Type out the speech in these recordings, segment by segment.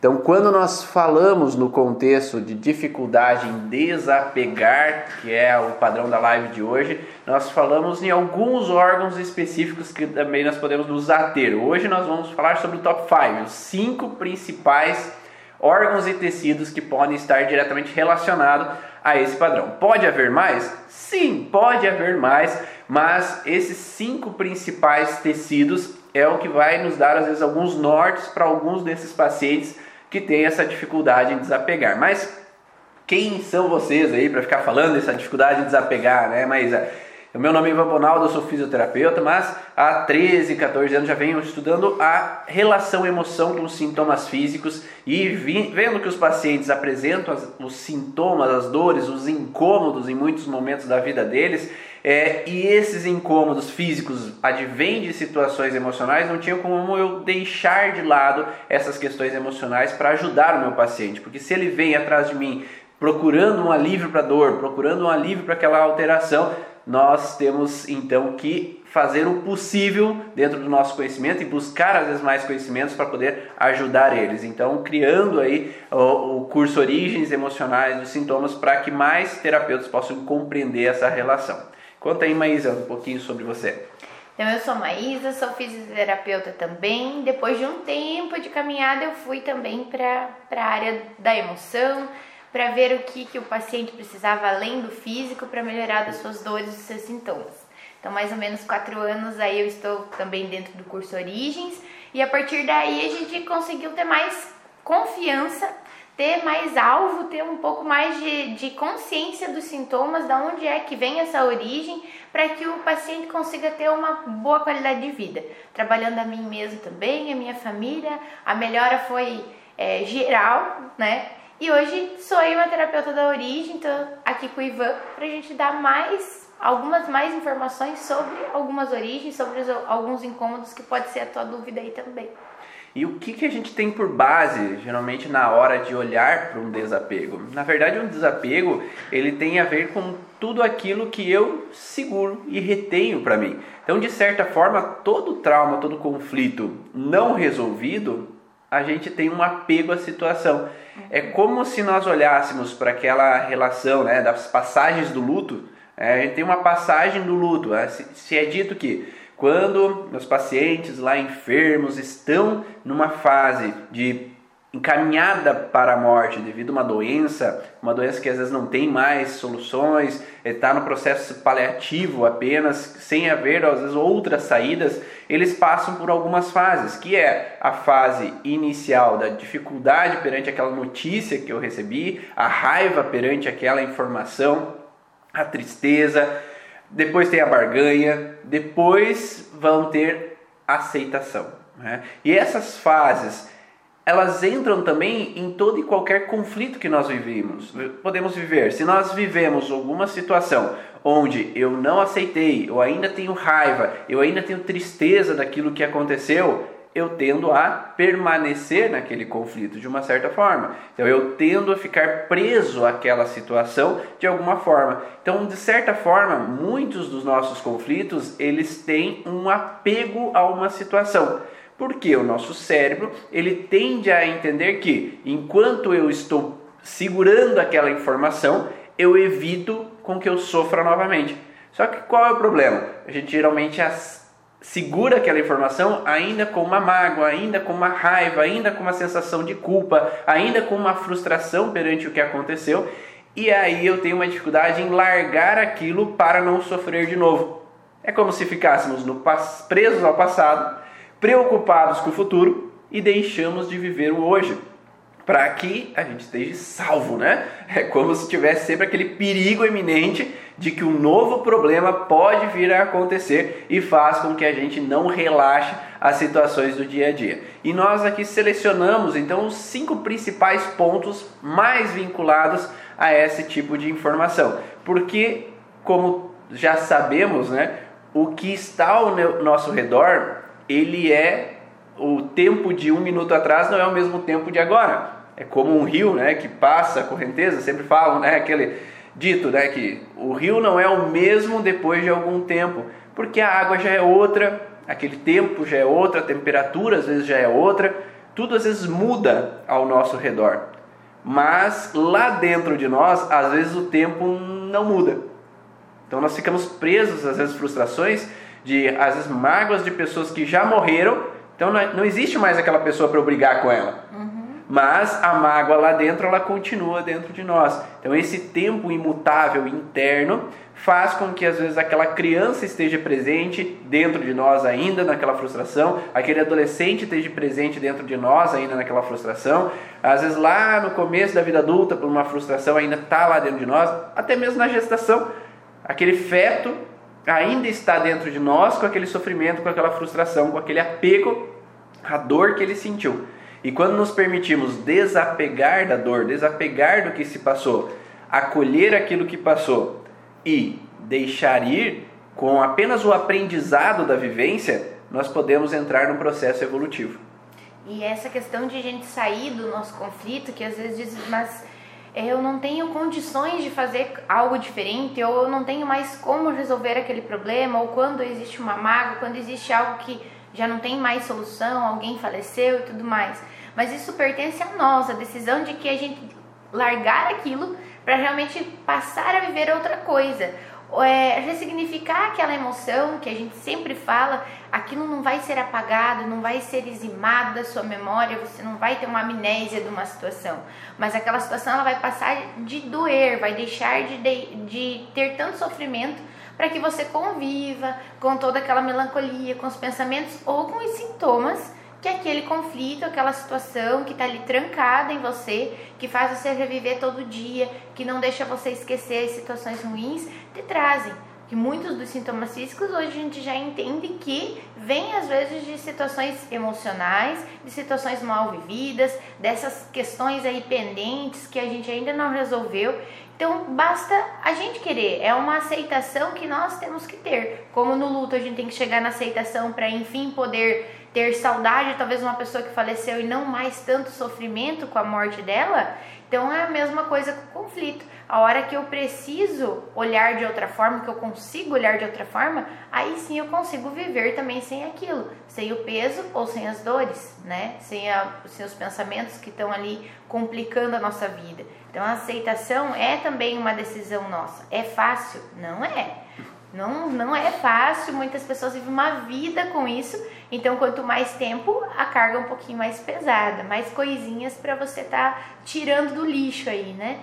Então, quando nós falamos no contexto de dificuldade em desapegar, que é o padrão da live de hoje, nós falamos em alguns órgãos específicos que também nós podemos nos ater. Hoje nós vamos falar sobre o top 5, os 5 principais órgãos e tecidos que podem estar diretamente relacionados a esse padrão. Pode haver mais? Sim, pode haver mais, mas esses 5 principais tecidos é o que vai nos dar, às vezes, alguns nortes para alguns desses pacientes que têm essa dificuldade em desapegar. Mas quem são vocês aí para ficar falando dessa dificuldade em desapegar, né? Mas o meu nome é Ivan Bonaldo, eu sou fisioterapeuta, mas há 13, 14 anos já venho estudando a relação emoção com os sintomas físicos e vendo que os pacientes apresentam os sintomas, as dores, os incômodos em muitos momentos da vida deles, e esses incômodos físicos advêm de situações emocionais, não tinha como eu deixar de lado essas questões emocionais para ajudar o meu paciente, porque se ele vem atrás de mim procurando um alívio para a dor, procurando um alívio para aquela alteração, nós temos então que fazer o possível dentro do nosso conhecimento e buscar às vezes mais conhecimentos para poder ajudar eles. Então, criando aí o curso Origens Emocionais dos Sintomas para que mais terapeutas possam compreender essa relação. Conta aí, Maísa, um pouquinho sobre você. Então, eu sou Maísa, sou fisioterapeuta também. Depois de um tempo de caminhada, eu fui também para a área da emoção, para ver o que o paciente precisava além do físico para melhorar das suas dores e dos seus sintomas. Então, mais ou menos 4 anos aí eu estou também dentro do curso Origens e a partir daí a gente conseguiu ter mais confiança, ter mais alvo, ter um pouco mais de consciência dos sintomas, de onde é que vem essa origem, para que o paciente consiga ter uma boa qualidade de vida. Trabalhando a mim mesmo também, a minha família, a melhora foi geral, né? E hoje sou eu a terapeuta da Origem, então aqui com o Ivan, para a gente dar algumas mais informações sobre algumas origens, sobre alguns incômodos que pode ser a tua dúvida aí também. E o que a gente tem por base, geralmente, na hora de olhar para um desapego? Na verdade, um desapego, ele tem a ver com tudo aquilo que eu seguro e retenho para mim. Então, de certa forma, todo trauma, todo conflito não resolvido, a gente tem um apego à situação. É como se nós olhássemos para aquela relação, né, das passagens do luto. A gente tem uma passagem do luto. Se é dito que quando os pacientes lá enfermos estão numa fase de encaminhada para a morte devido a uma doença que às vezes não tem mais soluções, está no processo paliativo apenas, sem haver às vezes outras saídas, eles passam por algumas fases, que é a fase inicial da dificuldade perante aquela notícia que eu recebi, a raiva perante aquela informação, a tristeza, depois tem a barganha, depois vão ter aceitação, né? E essas fases, elas entram também em todo e qualquer conflito que nós podemos viver. Se nós vivemos alguma situação onde eu não aceitei, eu ainda tenho raiva, eu ainda tenho tristeza daquilo que aconteceu, eu tendo a permanecer naquele conflito de uma certa forma. Então eu tendo a ficar preso àquela situação de alguma forma. Então, de certa forma, muitos dos nossos conflitos, eles têm um apego a uma situação. Porque o nosso cérebro, ele tende a entender que enquanto eu estou segurando aquela informação, eu evito com que eu sofra novamente. Só que qual é o problema? A gente geralmente segura aquela informação ainda com uma mágoa, ainda com uma raiva, ainda com uma sensação de culpa, ainda com uma frustração perante o que aconteceu, e aí eu tenho uma dificuldade em largar aquilo para não sofrer de novo. É como se ficássemos presos ao passado, preocupados com o futuro e deixamos de viver o hoje, para que a gente esteja salvo, né? É como se tivesse sempre aquele perigo iminente de que um novo problema pode vir a acontecer e faz com que a gente não relaxe as situações do dia a dia. E nós aqui selecionamos então os 5 principais pontos mais vinculados a esse tipo de informação, porque como já sabemos, né, o que está ao nosso redor, ele é o tempo de 1 minuto atrás não é o mesmo tempo de agora. É como um rio, né, que passa a correnteza, sempre falam, né, aquele dito, né, que o rio não é o mesmo depois de algum tempo, porque a água já é outra, aquele tempo já é outra, a temperatura às vezes já é outra, tudo às vezes muda ao nosso redor. Mas lá dentro de nós, às vezes o tempo não muda. Então nós ficamos presos, às vezes, frustrações, às vezes mágoas de pessoas que já morreram. Então não existe mais aquela pessoa para eu brigar com ela. Mas a mágoa lá dentro, ela continua dentro de nós. Então esse tempo imutável interno faz com que às vezes aquela criança esteja presente dentro de nós ainda naquela frustração, aquele adolescente esteja presente dentro de nós ainda naquela frustração, às vezes lá no começo da vida adulta, por uma frustração ainda está lá dentro de nós, até mesmo na gestação, aquele feto ainda está dentro de nós com aquele sofrimento, com aquela frustração, com aquele apego à dor que ele sentiu. E quando nos permitimos desapegar da dor, desapegar do que se passou, acolher aquilo que passou e deixar ir com apenas o aprendizado da vivência, nós podemos entrar num processo evolutivo. E essa questão de a gente sair do nosso conflito, que às vezes diz, mas eu não tenho condições de fazer algo diferente, ou eu não tenho mais como resolver aquele problema, ou quando existe uma mágoa, quando existe algo que já não tem mais solução, alguém faleceu e tudo mais. Mas isso pertence a nós, a decisão de que a gente largar aquilo para realmente passar a viver outra coisa. Ressignificar aquela emoção que a gente sempre fala, aquilo não vai ser apagado, não vai ser dizimado da sua memória, você não vai ter uma amnésia de uma situação, mas aquela situação ela vai passar de doer, vai deixar de ter tanto sofrimento para que você conviva com toda aquela melancolia, com os pensamentos ou com os sintomas que aquele conflito, aquela situação que está ali trancada em você, que faz você reviver todo dia, que não deixa você esquecer as situações ruins, te trazem. Que muitos dos sintomas físicos hoje a gente já entende que vem às vezes de situações emocionais, de situações mal vividas, dessas questões aí pendentes que a gente ainda não resolveu. Então basta a gente querer, é uma aceitação que nós temos que ter. Como no luto a gente tem que chegar na aceitação para enfim poder ter saudade, talvez uma pessoa que faleceu e não mais tanto sofrimento com a morte dela, então é a mesma coisa com o conflito. A hora que eu preciso olhar de outra forma, que eu consigo olhar de outra forma, aí sim eu consigo viver também sem aquilo, sem o peso ou sem as dores, né? Sem os pensamentos que estão ali complicando a nossa vida. Então a aceitação é também uma decisão nossa. É fácil? Não é. Não é fácil, muitas pessoas vivem uma vida com isso, então quanto mais tempo, a carga é um pouquinho mais pesada, mais coisinhas para você estar tirando do lixo aí, né?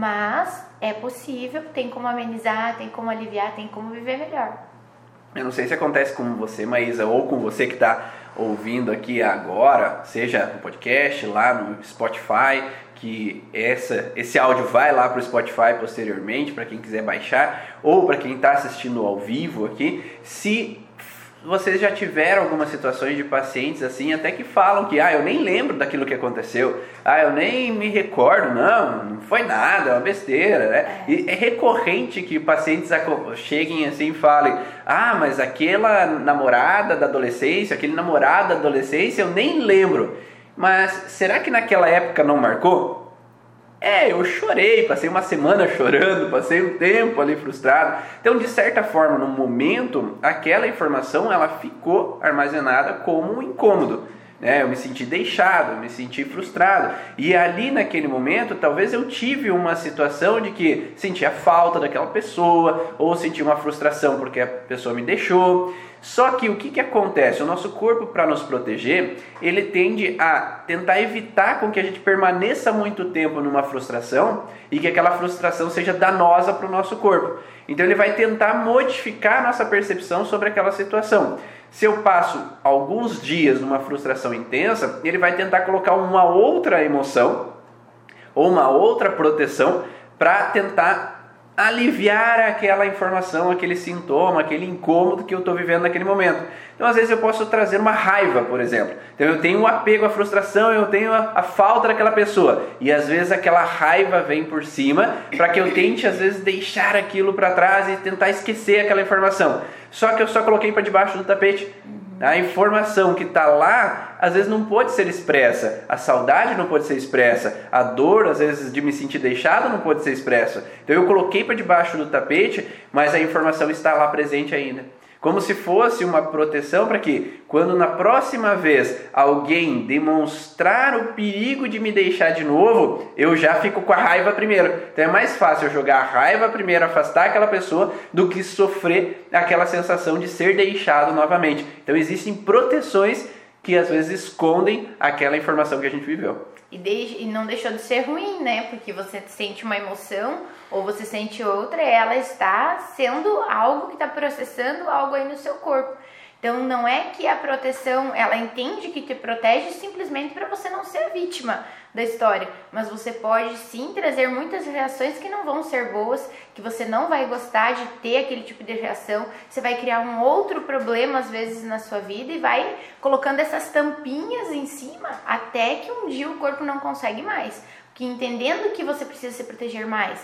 Mas é possível, tem como amenizar, tem como aliviar, tem como viver melhor. Eu não sei se acontece com você, Maísa, ou com você que está ouvindo aqui agora, seja no podcast, lá no Spotify, que esse áudio vai lá para o Spotify posteriormente, para quem quiser baixar, ou para quem está assistindo ao vivo aqui, se vocês já tiveram algumas situações de pacientes assim, até que falam que eu nem lembro daquilo que aconteceu, eu nem me recordo, não foi nada, é uma besteira, né? E é recorrente que pacientes cheguem assim e falem, mas aquela namorada da adolescência, aquele namorado da adolescência, eu nem lembro. Mas será que naquela época não marcou? Eu chorei, passei uma semana chorando, passei um tempo ali frustrado. Então, de certa forma, no momento, aquela informação ela ficou armazenada como um incômodo. Eu me senti deixado, eu me senti frustrado. E ali naquele momento, talvez eu tive uma situação de que sentia falta daquela pessoa, ou senti uma frustração porque a pessoa me deixou. Só que o que acontece? O nosso corpo, para nos proteger, ele tende a tentar evitar com que a gente permaneça muito tempo numa frustração e que aquela frustração seja danosa para o nosso corpo. Então ele vai tentar modificar a nossa percepção sobre aquela situação. Se eu passo alguns dias numa frustração intensa, ele vai tentar colocar uma outra emoção ou uma outra proteção para tentar aliviar aquela informação, aquele sintoma, aquele incômodo que eu estou vivendo naquele momento. Então, às vezes eu posso trazer uma raiva, por exemplo. Então, eu tenho um apego à frustração, eu tenho a falta daquela pessoa. E, às vezes, aquela raiva vem por cima para que eu tente, às vezes, deixar aquilo para trás e tentar esquecer aquela informação. Só que eu só coloquei para debaixo do tapete. A informação que está lá, às vezes não pode ser expressa. A saudade não pode ser expressa. A dor, às vezes, de me sentir deixado não pode ser expressa. Então eu coloquei para debaixo do tapete, mas a informação está lá presente ainda. Como se fosse uma proteção para que, quando na próxima vez alguém demonstrar o perigo de me deixar de novo, eu já fico com a raiva primeiro. Então é mais fácil eu jogar a raiva primeiro, afastar aquela pessoa, do que sofrer aquela sensação de ser deixado novamente. Então existem proteções que às vezes escondem aquela informação que a gente viveu. E não deixou de ser ruim, né? Porque você sente uma emoção ou você sente outra, ela está sendo algo que está processando algo aí no seu corpo. Então não é que a proteção, ela entende que te protege simplesmente para você não ser a vítima da história, mas você pode sim trazer muitas reações que não vão ser boas, que você não vai gostar de ter aquele tipo de reação, você vai criar um outro problema às vezes na sua vida e vai colocando essas tampinhas em cima até que um dia o corpo não consegue mais. Porque entendendo que você precisa se proteger mais,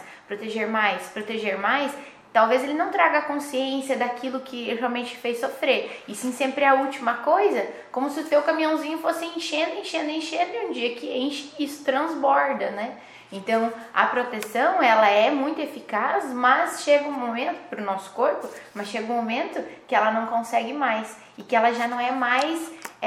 talvez ele não traga a consciência daquilo que realmente fez sofrer. E sim sempre a última coisa, como se o teu caminhãozinho fosse enchendo, e um dia que enche, isso transborda, né? Então, a proteção, ela é muito eficaz, mas chega um momento, para o nosso corpo, mas chega um momento que ela não consegue mais. E que ela já não é mais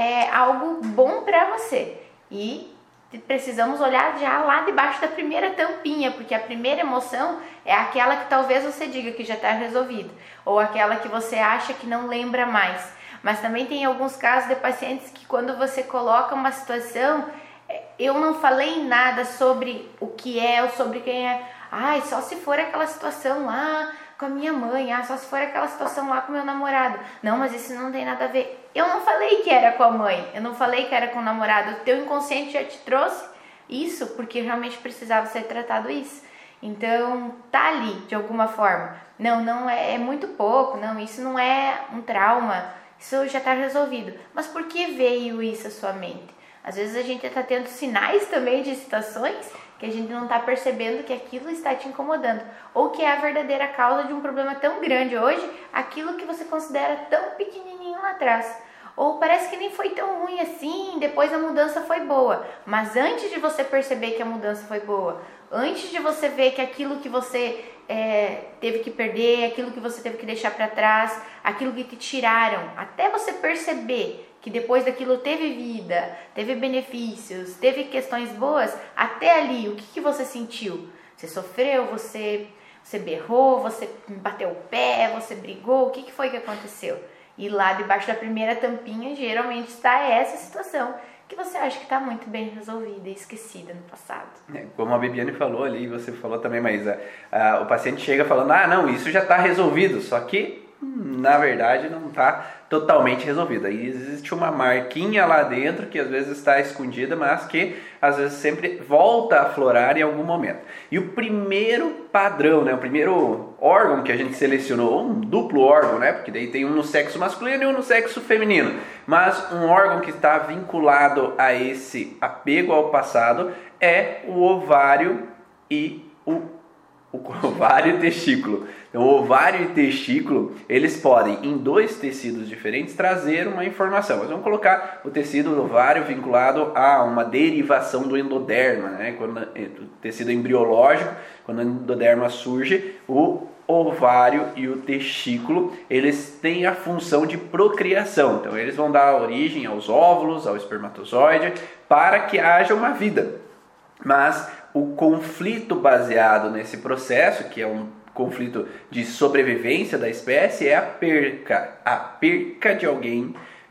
algo bom para você. E precisamos olhar já lá debaixo da primeira tampinha, porque a primeira emoção é aquela que talvez você diga que já está resolvido, ou aquela que você acha que não lembra mais. Mas também tem alguns casos de pacientes que quando você coloca uma situação, eu não falei nada sobre o que é ou sobre quem é. Ai, só se for aquela situação lá com a minha mãe, só se for aquela situação lá com o meu namorado. Não, mas isso não tem nada a ver. Eu não falei que era com a mãe, eu não falei que era com o namorado. O teu inconsciente já te trouxe isso porque realmente precisava ser tratado isso. Então, tá ali de alguma forma. Não é muito pouco, não, isso não é um trauma, isso já está resolvido. Mas por que veio isso à sua mente? Às vezes a gente está tendo sinais também de situações que a gente não está percebendo que aquilo está te incomodando, ou que é a verdadeira causa de um problema tão grande hoje, aquilo que você considera tão pequenininho lá atrás. Ou parece que nem foi tão ruim assim, depois a mudança foi boa. Mas antes de você perceber que a mudança foi boa, antes de você ver que aquilo que você teve que perder, aquilo que você teve que deixar para trás, aquilo que te tiraram, até você perceber que depois daquilo teve vida, teve benefícios, teve questões boas, até ali, o que você sentiu? Você sofreu, você berrou, você bateu o pé, você brigou, o que foi que aconteceu? E lá debaixo da primeira tampinha, geralmente está essa situação que você acha que está muito bem resolvida e esquecida no passado. Como a Bibiane falou ali, você falou também, mas o paciente chega falando, não, isso já está resolvido, só que na verdade não está totalmente resolvida. E existe uma marquinha lá dentro que às vezes está escondida, mas que às vezes sempre volta a aflorar em algum momento. E o primeiro padrão, né, o primeiro órgão que a gente selecionou, um duplo órgão, né, porque daí tem um no sexo masculino e um no sexo feminino, mas um órgão que está vinculado a esse apego ao passado é o ovário e o ovário e testículo. Então, o ovário e testículo, eles podem, em dois tecidos diferentes, trazer uma informação. Nós vamos colocar o tecido do ovário vinculado a uma derivação do endoderma, né? Quando o tecido embriológico, quando o endoderma surge, o ovário e o testículo, eles têm a função de procriação. Então, eles vão dar origem aos óvulos, ao espermatozoide, para que haja uma vida. Mas o conflito baseado nesse processo, que é um conflito de sobrevivência da espécie, é a perca. A perca de alguém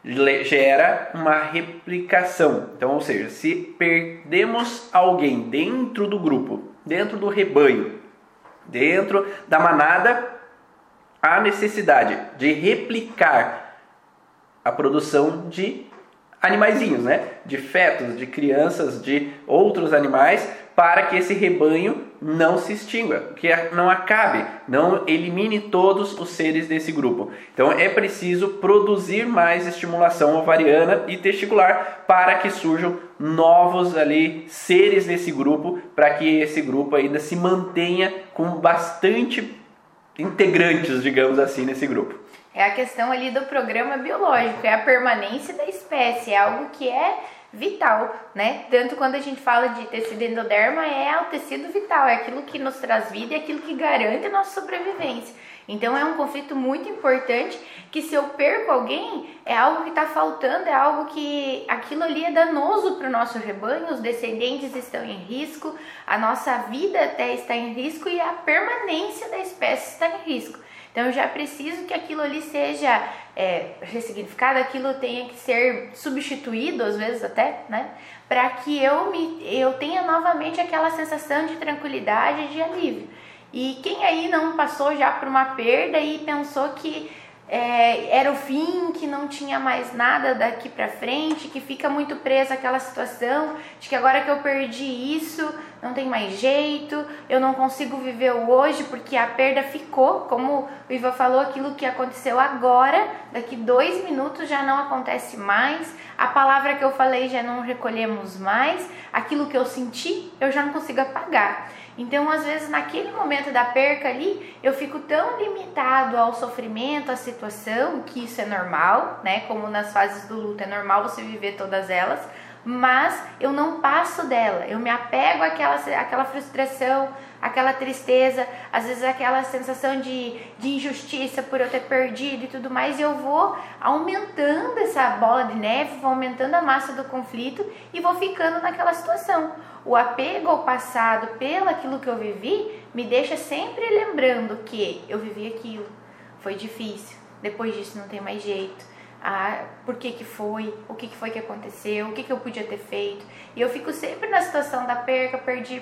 gera uma replicação. Então, ou seja, se perdemos alguém dentro do grupo, dentro do rebanho, dentro da manada, há necessidade de replicar a produção de animaizinhos, né? De fetos, de crianças, de outros animais, para que esse rebanho não se extinga, que não acabe, não elimine todos os seres desse grupo. Então é preciso produzir mais estimulação ovariana e testicular para que surjam novos ali seres desse grupo, para que esse grupo ainda se mantenha com bastante integrantes, digamos assim, nesse grupo. É a questão ali do programa biológico, é a permanência da espécie, é algo que é vital, né? Tanto quando a gente fala de tecido endoderma, é o tecido vital, é aquilo que nos traz vida, é aquilo que garante a nossa sobrevivência. Então é um conflito muito importante, que se eu perco alguém, é algo que está faltando, é algo que aquilo ali é danoso para o nosso rebanho, os descendentes estão em risco, a nossa vida até está em risco e a permanência da espécie está em risco. Então eu já preciso que aquilo ali seja ressignificado, aquilo tenha que ser substituído, às vezes até, né? Para que eu tenha novamente aquela sensação de tranquilidade e de alívio. E quem aí não passou já por uma perda e pensou que era o fim, que não tinha mais nada daqui pra frente, que fica muito preso àquela situação de que agora que eu perdi isso, não tem mais jeito, eu não consigo viver o hoje porque a perda ficou, como o Ivan falou, aquilo que aconteceu agora, daqui 2 minutos já não acontece mais, a palavra que eu falei já não recolhemos mais, aquilo que eu senti eu já não consigo apagar. Então, às vezes, naquele momento da perca ali, eu fico tão limitado ao sofrimento, à situação, que isso é normal, né? Como nas fases do luto, é normal você viver todas elas, mas eu não passo dela, eu me apego àquela frustração, àquela tristeza, às vezes aquela sensação de injustiça por eu ter perdido e tudo mais, e eu vou aumentando essa bola de neve, vou aumentando a massa do conflito e vou ficando naquela situação. O apego ao passado pelo aquilo que eu vivi me deixa sempre lembrando que eu vivi aquilo, foi difícil, depois disso não tem mais jeito. Por que foi, o que foi que aconteceu, o que eu podia ter feito. E eu fico sempre na situação da perca, perdi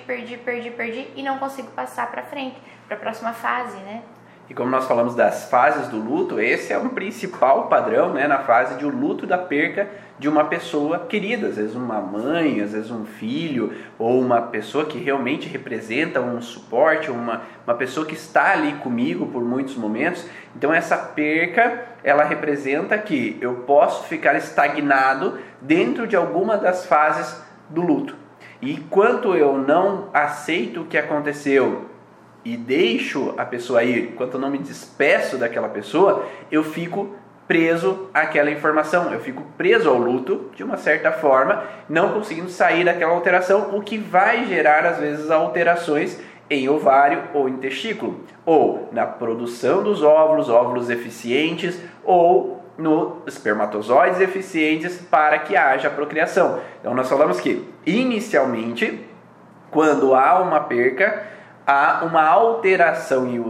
e não consigo passar para frente, para a próxima fase, né? E como nós falamos das fases do luto, esse é um principal padrão, né, na fase de o luto da perca de uma pessoa querida, às vezes uma mãe, às vezes um filho, ou uma pessoa que realmente representa um suporte, uma pessoa que está ali comigo por muitos momentos. Então essa perca, ela representa que eu posso ficar estagnado dentro de alguma das fases do luto. E enquanto eu não aceito o que aconteceu e deixo a pessoa ir, enquanto eu não me despeço daquela pessoa, eu fico preso àquela informação, eu fico preso ao luto de uma certa forma, não conseguindo sair daquela alteração, o que vai gerar às vezes alterações em ovário ou em testículo, ou na produção dos óvulos eficientes, ou nos espermatozoides eficientes para que haja procriação. Então nós falamos que inicialmente, quando há uma perca, há uma alteração em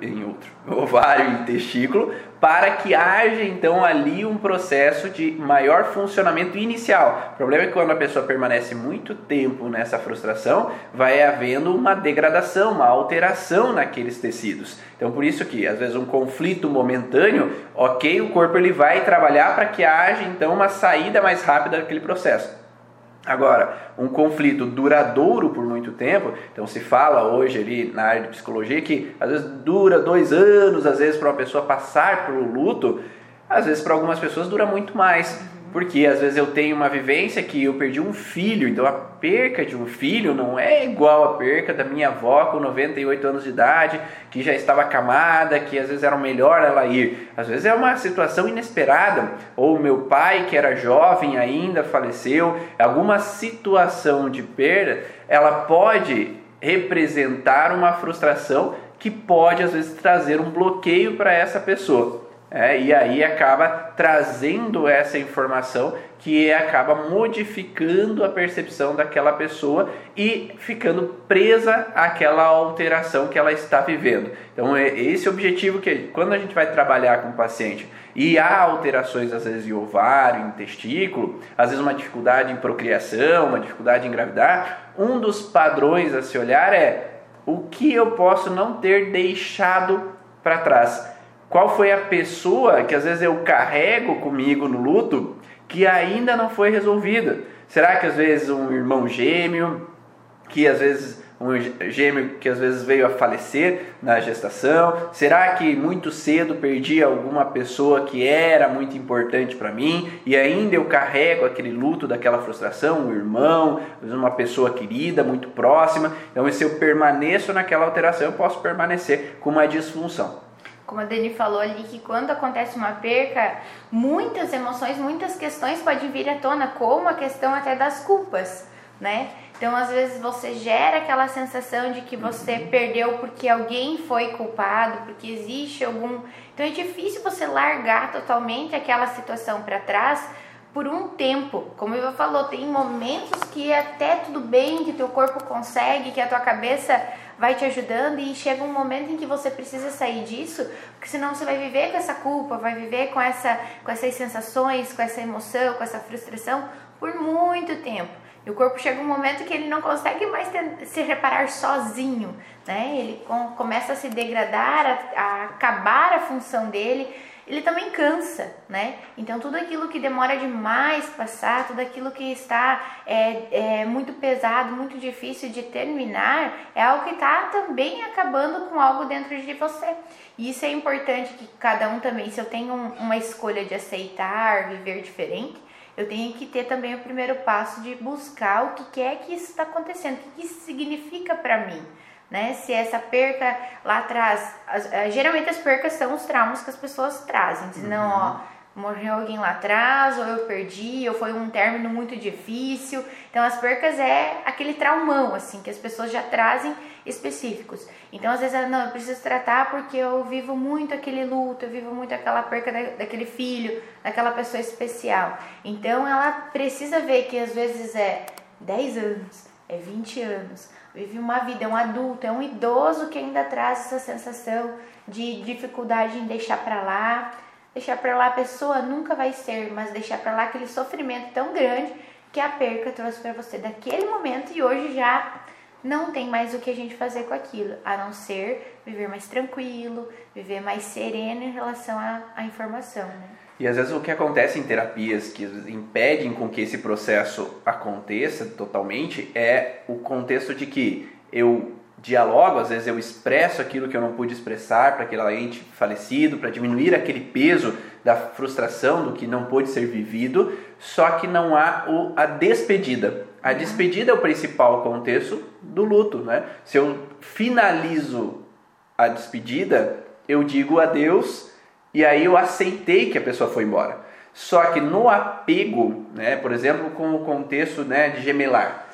ovário e testículo, para que haja então ali um processo de maior funcionamento inicial. O problema é que quando a pessoa permanece muito tempo nessa frustração, vai havendo uma degradação, uma alteração naqueles tecidos. Então por isso que às vezes um conflito momentâneo, ok, o corpo ele vai trabalhar para que haja então uma saída mais rápida daquele processo. Agora, um conflito duradouro por muito tempo, então se fala hoje ali na área de psicologia que às vezes dura 2 anos, às vezes para uma pessoa passar pelo luto, às vezes para algumas pessoas dura muito mais, porque às vezes eu tenho uma vivência que eu perdi um filho, então a perca de um filho não é igual a perca da minha avó com 98 anos de idade, que já estava acamada, que às vezes era melhor ela ir. Às vezes é uma situação inesperada, ou meu pai que era jovem ainda faleceu, alguma situação de perda, ela pode representar uma frustração que pode às vezes trazer um bloqueio para essa pessoa. E aí acaba trazendo essa informação que acaba modificando a percepção daquela pessoa e ficando presa àquela alteração que ela está vivendo. Então é esse o objetivo que quando a gente vai trabalhar com o paciente e há alterações às vezes em ovário, em testículo, às vezes uma dificuldade em procriação, uma dificuldade em engravidar, um dos padrões a se olhar é o que eu posso não ter deixado para trás. Qual foi a pessoa que às vezes eu carrego comigo no luto que ainda não foi resolvida? Será que às vezes um irmão gêmeo, que às vezes veio a falecer na gestação? Será que muito cedo perdi alguma pessoa que era muito importante para mim e ainda eu carrego aquele luto daquela frustração, um irmão, uma pessoa querida, muito próxima? Então se eu permaneço naquela alteração, eu posso permanecer com uma disfunção. Como a Dani falou ali, que quando acontece uma perca, muitas emoções, muitas questões podem vir à tona, como a questão até das culpas, né? Então, às vezes, você gera aquela sensação de que você perdeu porque alguém foi culpado, porque existe algum... Então, é difícil você largar totalmente aquela situação para trás por um tempo. Como eu falou, tem momentos que até tudo bem, que teu corpo consegue, que a tua cabeça vai te ajudando, e chega um momento em que você precisa sair disso, porque senão você vai viver com essa culpa, vai viver com essas sensações, com essa emoção, com essa frustração por muito tempo. E o corpo chega um momento que ele não consegue mais se reparar sozinho, né? Ele começa a se degradar, a acabar a função dele. Ele também cansa, né? Então tudo aquilo que demora demais passar, tudo aquilo que está muito pesado, muito difícil de terminar, é algo que está também acabando com algo dentro de você. E isso é importante que cada um também, se eu tenho uma escolha de aceitar, viver diferente, eu tenho que ter também o primeiro passo de buscar o que é que isso está acontecendo, o que isso significa para mim. Né? Se essa perca lá atrás, geralmente as percas são os traumas que as pessoas trazem, senão, ó, morreu alguém lá atrás, ou eu perdi, ou foi um término muito difícil. Então as percas é aquele traumão, assim, que as pessoas já trazem específicos. Então às vezes, não, eu preciso tratar porque eu vivo muito aquele luto, eu vivo muito aquela perca daquele filho, daquela pessoa especial. Então ela precisa ver que às vezes é 10 anos, é 20 anos, vive uma vida, é um adulto, é um idoso que ainda traz essa sensação de dificuldade em deixar pra lá. Deixar pra lá a pessoa nunca vai ser, mas deixar pra lá aquele sofrimento tão grande que a perca trouxe pra você daquele momento, e hoje já não tem mais o que a gente fazer com aquilo, a não ser viver mais tranquilo, viver mais sereno em relação à informação, né? E às vezes o que acontece em terapias que impedem com que esse processo aconteça totalmente é o contexto de que eu dialogo, às vezes eu expresso aquilo que eu não pude expressar para aquele ente falecido, para diminuir aquele peso da frustração do que não pôde ser vivido, só que não há a despedida. A despedida é o principal contexto do luto, né? Se eu finalizo a despedida, eu digo adeus, e aí eu aceitei que a pessoa foi embora. Só que no apego, né, por exemplo, com o contexto, né, de gemelar,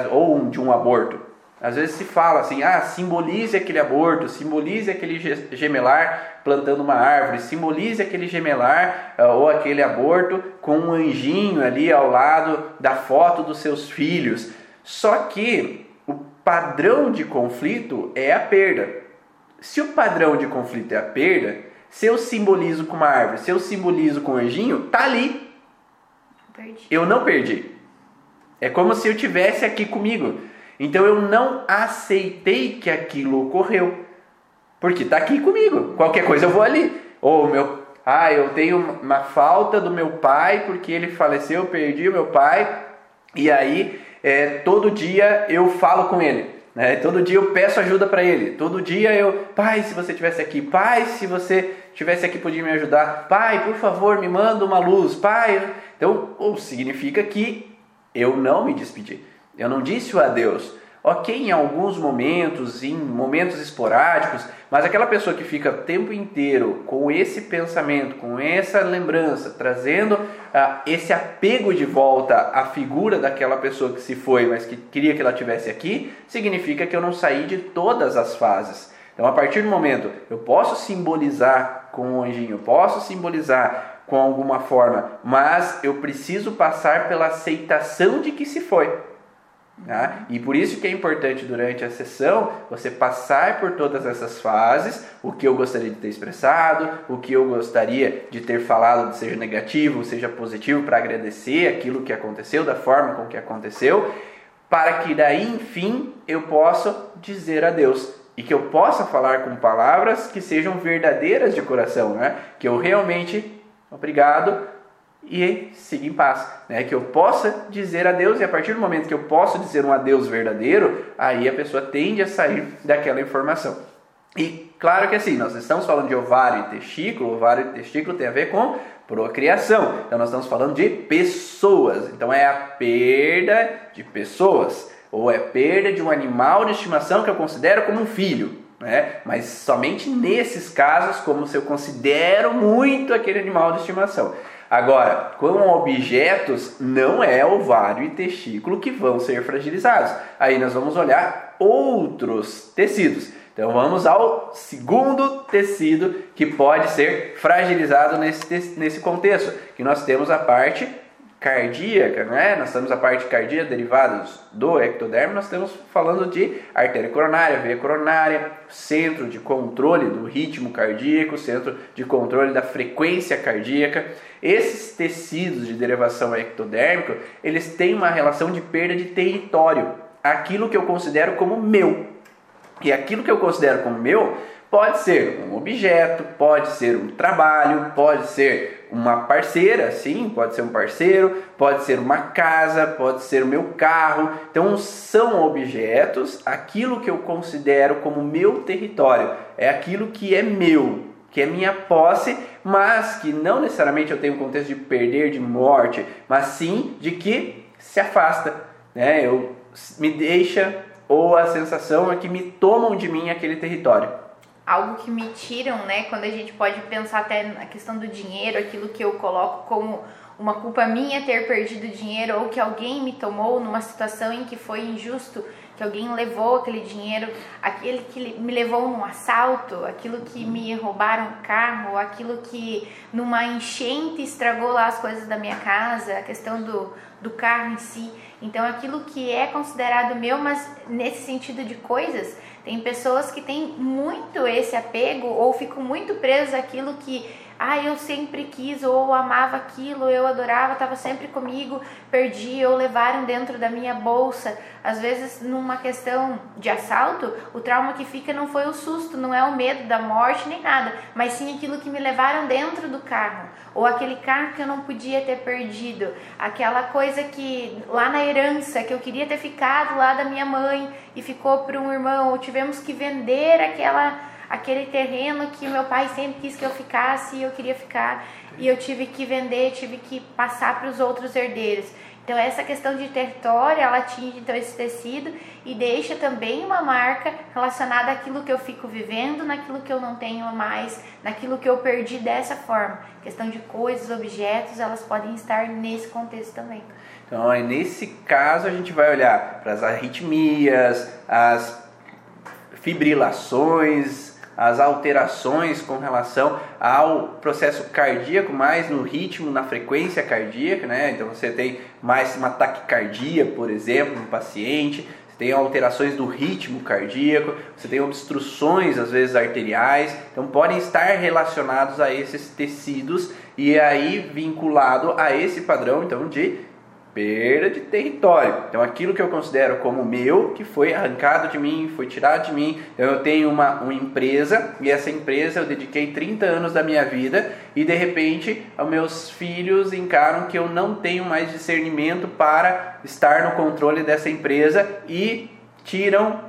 ou de um aborto, às vezes se fala assim, simbolize aquele aborto, simbolize aquele gemelar plantando uma árvore, simbolize aquele gemelar ou aquele aborto com um anjinho ali ao lado da foto dos seus filhos. Só que o padrão de conflito é a perda. Se o padrão de conflito é a perda, se eu simbolizo com uma árvore, se eu simbolizo com um anjinho, tá ali. Perdi. Eu não perdi. É como se eu tivesse aqui comigo. Então eu não aceitei que aquilo ocorreu. Porque tá aqui comigo. Qualquer coisa eu vou ali. Ou eu tenho uma falta do meu pai porque ele faleceu, eu perdi o meu pai. E aí todo dia eu falo com ele. Todo dia eu peço ajuda para ele. Todo dia pai, se você estivesse aqui. Pai, se você estivesse aqui, podia me ajudar. Pai, por favor, me manda uma luz. Pai. Então, significa que eu não me despedi. Eu não disse o adeus. Ok, em alguns momentos, em momentos esporádicos, mas aquela pessoa que fica o tempo inteiro com esse pensamento, com essa lembrança, trazendo esse apego de volta à figura daquela pessoa que se foi, mas que queria que ela estivesse aqui, significa que eu não saí de todas as fases. Então, a partir do momento, eu posso simbolizar com um anjinho, eu posso simbolizar com alguma forma, mas eu preciso passar pela aceitação de que se foi. E por isso que é importante durante a sessão você passar por todas essas fases, o que eu gostaria de ter expressado, o que eu gostaria de ter falado, seja negativo, seja positivo, para agradecer aquilo que aconteceu, da forma com que aconteceu, para que daí, enfim, eu possa dizer adeus e que eu possa falar com palavras que sejam verdadeiras de coração, que eu realmente, obrigado, e siga em paz, que eu possa dizer adeus, e a partir do momento que eu posso dizer um adeus verdadeiro, aí a pessoa tende a sair daquela informação. E claro que assim, nós estamos falando de ovário e testículo tem a ver com procriação, então nós estamos falando de pessoas, então é a perda de pessoas, ou é perda de um animal de estimação que eu considero como um filho, mas somente nesses casos, como se eu considero muito aquele animal de estimação. Agora, com objetos, não é ovário e testículo que vão ser fragilizados. Aí nós vamos olhar outros tecidos. Então vamos ao segundo tecido que pode ser fragilizado nesse contexto, que nós temos a parte cardíaca, né? Nós temos a parte cardíaca derivados do ectoderme, nós estamos falando de artéria coronária, veia coronária, centro de controle do ritmo cardíaco, centro de controle da frequência cardíaca. Esses tecidos de derivação ectodérmica, eles têm uma relação de perda de território, aquilo que eu considero como meu. E aquilo que eu considero como meu pode ser um objeto, pode ser um trabalho, pode ser uma parceira, sim, pode ser um parceiro, pode ser uma casa, pode ser o meu carro. Então são objetos, aquilo que eu considero como meu território, é aquilo que é meu, que é minha posse, mas que não necessariamente eu tenho um contexto de perder, de morte, mas sim de que se afasta, né? Me deixa, ou a sensação é que me tomam de mim aquele território. Algo que me tiram, né? Quando a gente pode pensar até na questão do dinheiro, aquilo que eu coloco como uma culpa minha ter perdido dinheiro, ou que alguém me tomou numa situação em que foi injusto, que alguém levou aquele dinheiro, aquele que me levou num assalto, aquilo que me roubaram o carro, aquilo que numa enchente estragou lá as coisas da minha casa, a questão do carro em si. Então aquilo que é considerado meu, mas nesse sentido de coisas, tem pessoas que têm muito esse apego ou ficam muito presas àquilo que eu sempre quis, ou amava aquilo, eu adorava, estava sempre comigo, perdi, ou levaram dentro da minha bolsa. Às vezes, numa questão de assalto, o trauma que fica não foi o susto, não é o medo da morte nem nada, mas sim aquilo que me levaram dentro do carro, ou aquele carro que eu não podia ter perdido, aquela coisa que lá na herança, que eu queria ter ficado lá da minha mãe e ficou para um irmão, ou tivemos que vender aquele terreno que meu pai sempre quis que eu ficasse e eu queria ficar, e eu tive que vender, tive que passar para os outros herdeiros. Então essa questão de território, ela atinge então esse tecido e deixa também uma marca relacionada àquilo que eu fico vivendo, naquilo que eu não tenho mais, naquilo que eu perdi dessa forma. Questão de coisas, objetos, elas podem estar nesse contexto também. Então nesse caso a gente vai olhar para as arritmias, as fibrilações, as alterações com relação ao processo cardíaco, mais no ritmo, na frequência cardíaca, né? Então você tem mais uma taquicardia, por exemplo, no paciente, você tem alterações do ritmo cardíaco, você tem obstruções, às vezes, arteriais, então podem estar relacionados a esses tecidos e aí vinculado a esse padrão, então, de perda de território. Então aquilo que eu considero como meu, que foi arrancado de mim, foi tirado de mim. Então eu tenho uma empresa, e essa empresa eu dediquei 30 anos da minha vida, e de repente os meus filhos encaram que eu não tenho mais discernimento para estar no controle dessa empresa e tiram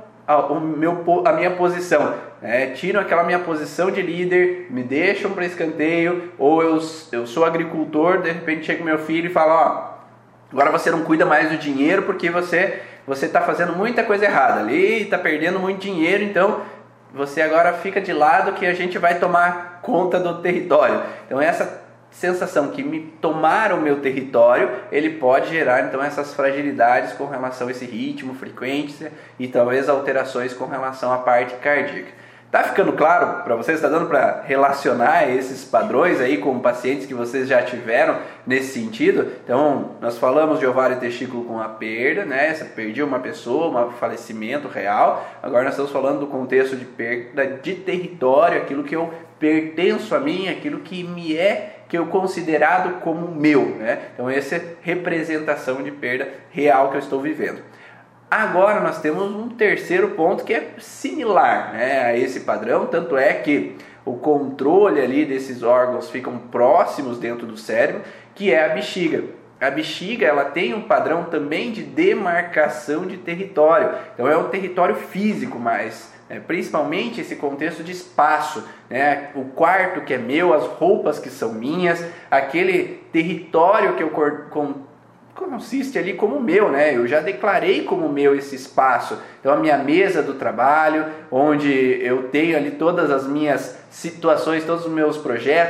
a minha posição, tiram aquela minha posição de líder, me deixam para escanteio, ou eu sou agricultor, de repente chega o meu filho e fala, agora você não cuida mais do dinheiro porque você está fazendo muita coisa errada ali, está perdendo muito dinheiro, então você agora fica de lado que a gente vai tomar conta do território. Então essa sensação que me tomaram o meu território, ele pode gerar então essas fragilidades com relação a esse ritmo, frequência e talvez alterações com relação à parte cardíaca. Tá ficando claro para vocês? Está dando para relacionar esses padrões aí com pacientes que vocês já tiveram nesse sentido? Então, nós falamos de ovário e testículo com a perda, né? Perdi uma pessoa, um falecimento real. Agora nós estamos falando do contexto de perda de território, aquilo que eu pertenço a mim, aquilo que que eu considerado como meu, né? Então, essa é representação de perda real que eu estou vivendo. Agora nós temos um terceiro ponto que é similar, a esse padrão, tanto é que o controle ali desses órgãos ficam próximos dentro do cérebro, que é a bexiga. A bexiga, ela tem um padrão também de demarcação de território, então é um território físico mais, principalmente esse contexto de espaço, o quarto que é meu, as roupas que são minhas, aquele território que eu consiste ali como meu, eu já declarei como meu esse espaço. Então a minha mesa do trabalho, onde eu tenho ali todas as minhas situações, todos os meus projetos,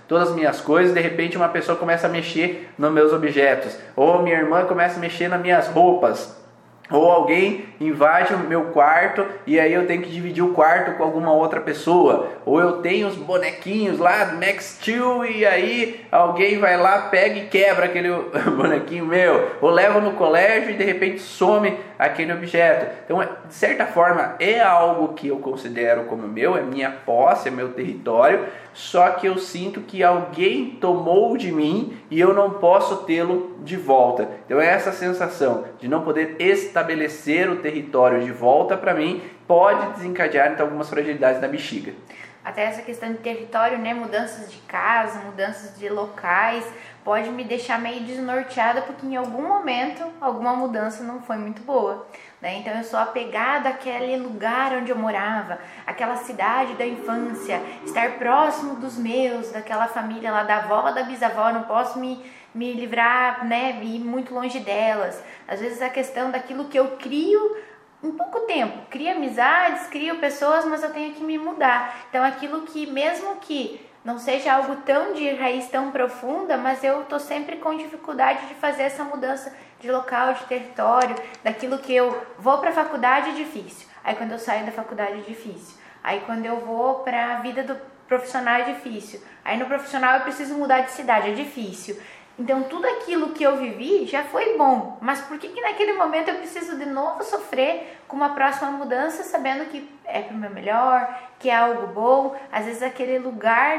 todas as minhas coisas, de repente uma pessoa começa a mexer nos meus objetos, ou minha irmã começa a mexer nas minhas roupas, ou alguém invade o meu quarto e aí eu tenho que dividir o quarto com alguma outra pessoa. Ou eu tenho os bonequinhos lá do Max Steel e aí alguém vai lá, pega e quebra aquele bonequinho meu. Ou leva no colégio e de repente some aquele objeto. Então, de certa forma, é algo que eu considero como meu, é minha posse, é meu território. Só que eu sinto que alguém tomou de mim e eu não posso tê-lo de volta. Então essa sensação de não poder estabelecer o território de volta para mim pode desencadear então algumas fragilidades na bexiga. Até essa questão de território, né, mudanças de casa, mudanças de locais, pode me deixar meio desnorteada porque em algum momento alguma mudança não foi muito boa. Então eu sou apegada àquele lugar onde eu morava, aquela cidade da infância, estar próximo dos meus, daquela família lá, da avó, da bisavó, não posso me livrar, né, ir muito longe delas. Às vezes a questão daquilo que eu crio em pouco tempo, crio amizades, crio pessoas, mas eu tenho que me mudar. Então aquilo que mesmo que não seja algo tão de raiz tão profunda, mas eu tô sempre com dificuldade de fazer essa mudança de local, de território, daquilo que eu vou para a faculdade é difícil, aí quando eu saio da faculdade é difícil, aí quando eu vou para a vida do profissional é difícil, aí no profissional eu preciso mudar de cidade, é difícil. Então tudo aquilo que eu vivi já foi bom, mas por que naquele momento eu preciso de novo sofrer com uma próxima mudança, sabendo que é para o meu melhor, que é algo bom? Às vezes aquele lugar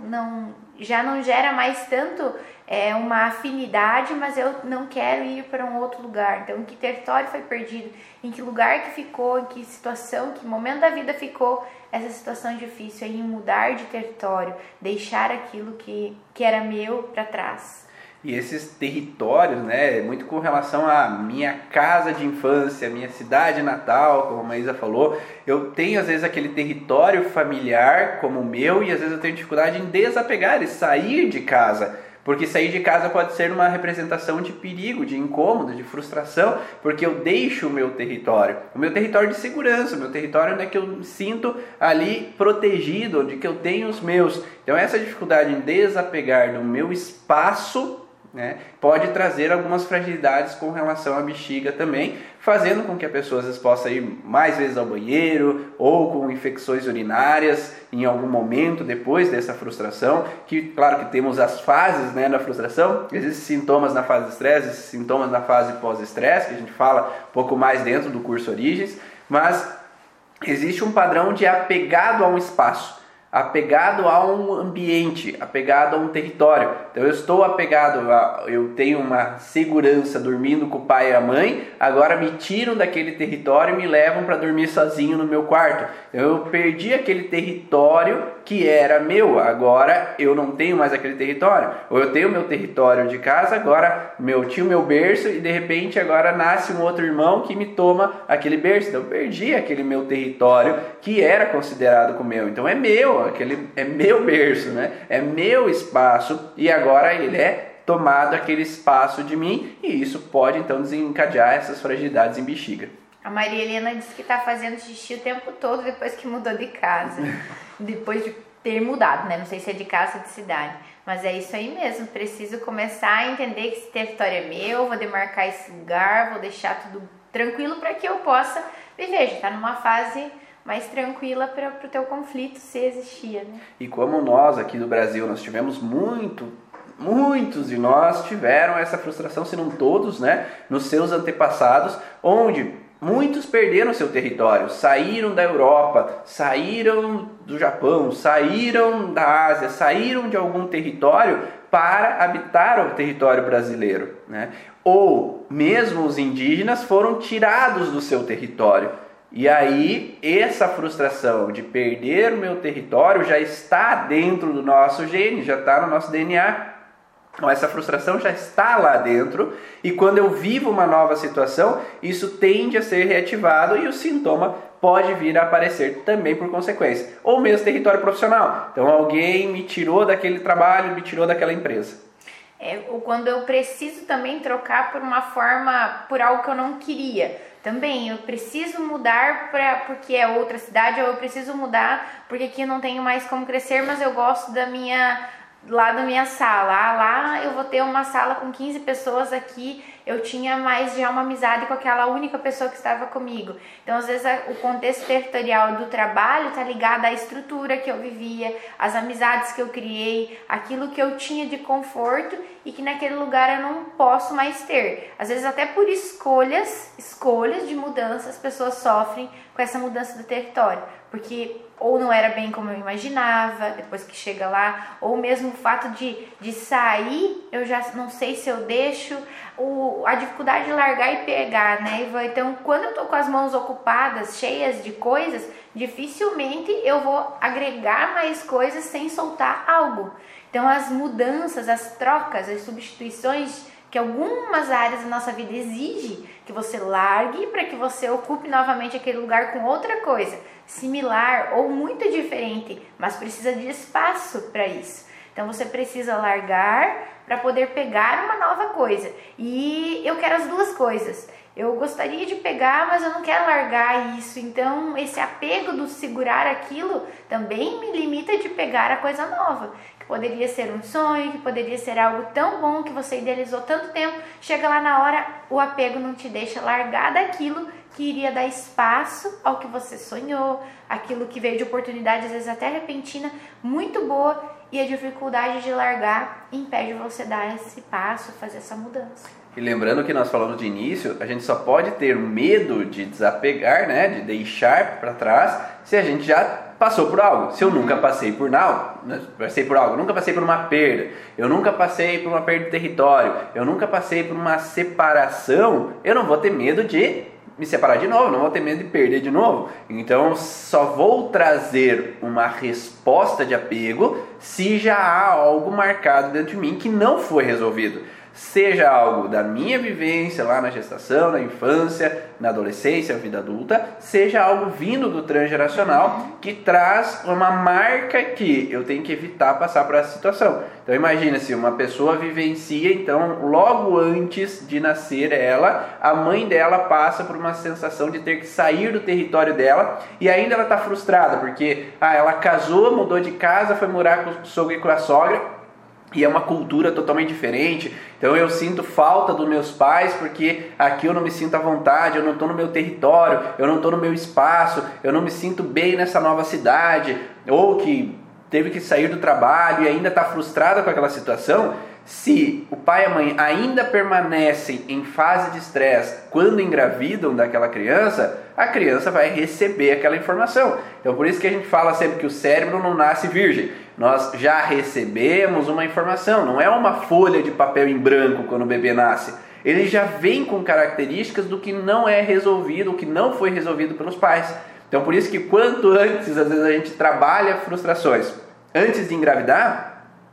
já não gera mais tanto uma afinidade, mas eu não quero ir para um outro lugar. Então, em que território foi perdido? Em que lugar que ficou? Em que situação, que momento da vida ficou essa situação difícil? Em mudar de território, deixar aquilo que era meu para trás. E esses territórios, né, muito com relação à minha casa de infância, minha cidade natal, como a Maísa falou, eu tenho às vezes aquele território familiar como o meu e às vezes eu tenho dificuldade em desapegar e sair de casa. Porque sair de casa pode ser uma representação de perigo, de incômodo, de frustração, porque eu deixo o meu território de segurança, o meu território onde é que eu me sinto ali protegido, onde que eu tenho os meus. Então essa dificuldade em desapegar do meu espaço, né, pode trazer algumas fragilidades com relação à bexiga também, fazendo com que a pessoa às vezes possa ir mais vezes ao banheiro ou com infecções urinárias em algum momento depois dessa frustração, que claro que temos as fases, né, da frustração, existem sintomas na fase de estresse, existem sintomas na fase pós-estresse, que a gente fala um pouco mais dentro do curso Origens, mas existe um padrão de apegado a um espaço, apegado a um ambiente, apegado a um território. Então eu estou apegado eu tenho uma segurança dormindo com o pai e a mãe, agora me tiram daquele território e me levam para dormir sozinho no meu quarto. Eu perdi aquele território que era meu, agora eu não tenho mais aquele território. Ou eu tenho meu território de casa, agora tinha o meu berço e de repente agora nasce um outro irmão que me toma aquele berço. Então eu perdi aquele meu território que era considerado como meu. Então é meu, aquele é meu berço, né? É meu espaço e agora ele é tomado aquele espaço de mim e isso pode então desencadear essas fragilidades em bexiga. A Maria Helena disse que está fazendo xixi o tempo todo depois que mudou de casa. Depois de ter mudado, né? Não sei se é de casa ou de cidade. Mas é isso aí mesmo. Preciso começar a entender que esse território é meu, vou demarcar esse lugar, vou deixar tudo tranquilo para que eu possa viver. Já está numa fase mais tranquila para o teu conflito, se existia, né? E como nós aqui do Brasil, nós tivemos muitos de nós tiveram essa frustração, se não todos, né? Nos seus antepassados, onde muitos perderam seu território, saíram da Europa, saíram do Japão, saíram da Ásia, saíram de algum território para habitar o território brasileiro, né? Ou mesmo os indígenas foram tirados do seu território. E aí, essa frustração de perder o meu território já está dentro do nosso gene, já está no nosso DNA. Então, essa frustração já está lá dentro e quando eu vivo uma nova situação, isso tende a ser reativado e o sintoma pode vir a aparecer também por consequência. Ou mesmo território profissional. Então, alguém me tirou daquele trabalho, me tirou daquela empresa. Ou quando eu preciso também trocar por algo que eu não queria. Também, eu preciso mudar porque é outra cidade, ou eu preciso mudar porque aqui eu não tenho mais como crescer, mas eu gosto da minha lá na minha sala. Lá eu vou ter uma sala com 15 pessoas, aqui eu tinha mais já uma amizade com aquela única pessoa que estava comigo. Então, às vezes, o contexto territorial do trabalho está ligado à estrutura que eu vivia, às amizades que eu criei, aquilo que eu tinha de conforto e que naquele lugar eu não posso mais ter. Às vezes, até por escolhas de mudança, as pessoas sofrem com essa mudança do território, porque ou não era bem como eu imaginava, depois que chega lá, ou mesmo o fato de sair, eu já não sei se eu deixo, a dificuldade de largar e pegar, né, Ivan? Então, quando eu tô com as mãos ocupadas, cheias de coisas, dificilmente eu vou agregar mais coisas sem soltar algo. Então, as mudanças, as trocas, as substituições que algumas áreas da nossa vida exigem que você largue para que você ocupe novamente aquele lugar com outra coisa, similar ou muito diferente, mas precisa de espaço para isso. Então você precisa largar para poder pegar uma nova coisa. E eu quero as duas coisas. Eu gostaria de pegar, mas eu não quero largar isso. Então esse apego do segurar aquilo também me limita de pegar a coisa nova. Que poderia ser um sonho, que poderia ser algo tão bom que você idealizou tanto tempo. Chega lá na hora, o apego não te deixa largar daquilo que iria dar espaço ao que você sonhou, aquilo que veio de oportunidade, às vezes até repentina, muito boa, e a dificuldade de largar impede você dar esse passo, fazer essa mudança. E lembrando que nós falamos de início, a gente só pode ter medo de desapegar, né, de deixar para trás, se a gente já passou por algo. Se eu nunca passei por algo, nunca passei por uma perda, eu nunca passei por uma perda de território, eu nunca passei por uma separação, eu não vou ter medo de me separar de novo, não vou ter medo de perder de novo. Então só vou trazer uma resposta de apego se já há algo marcado dentro de mim que não foi resolvido. Seja algo da minha vivência lá na gestação, na infância, na adolescência, vida adulta, seja algo vindo do transgeracional que traz uma marca que eu tenho que evitar passar por essa situação. Então imagina se uma pessoa vivencia, então logo antes de nascer a mãe dela passa por uma sensação de ter que sair do território dela e ainda ela está frustrada porque ela casou, mudou de casa, foi morar com o sogro e com a sogra, e é uma cultura totalmente diferente, então eu sinto falta dos meus pais porque aqui eu não me sinto à vontade, eu não estou no meu território, eu não estou no meu espaço, eu não me sinto bem nessa nova cidade, ou que teve que sair do trabalho e ainda está frustrada com aquela situação. Se o pai e a mãe ainda permanecem em fase de estresse quando engravidam daquela criança, a criança vai receber aquela informação. Então por isso que a gente fala sempre que o cérebro não nasce virgem. Nós já recebemos uma informação, não é uma folha de papel em branco quando o bebê nasce. Ele já vem com características do que não é resolvido, o que não foi resolvido pelos pais. Então por isso que quanto antes, às vezes a gente trabalha frustrações antes de engravidar,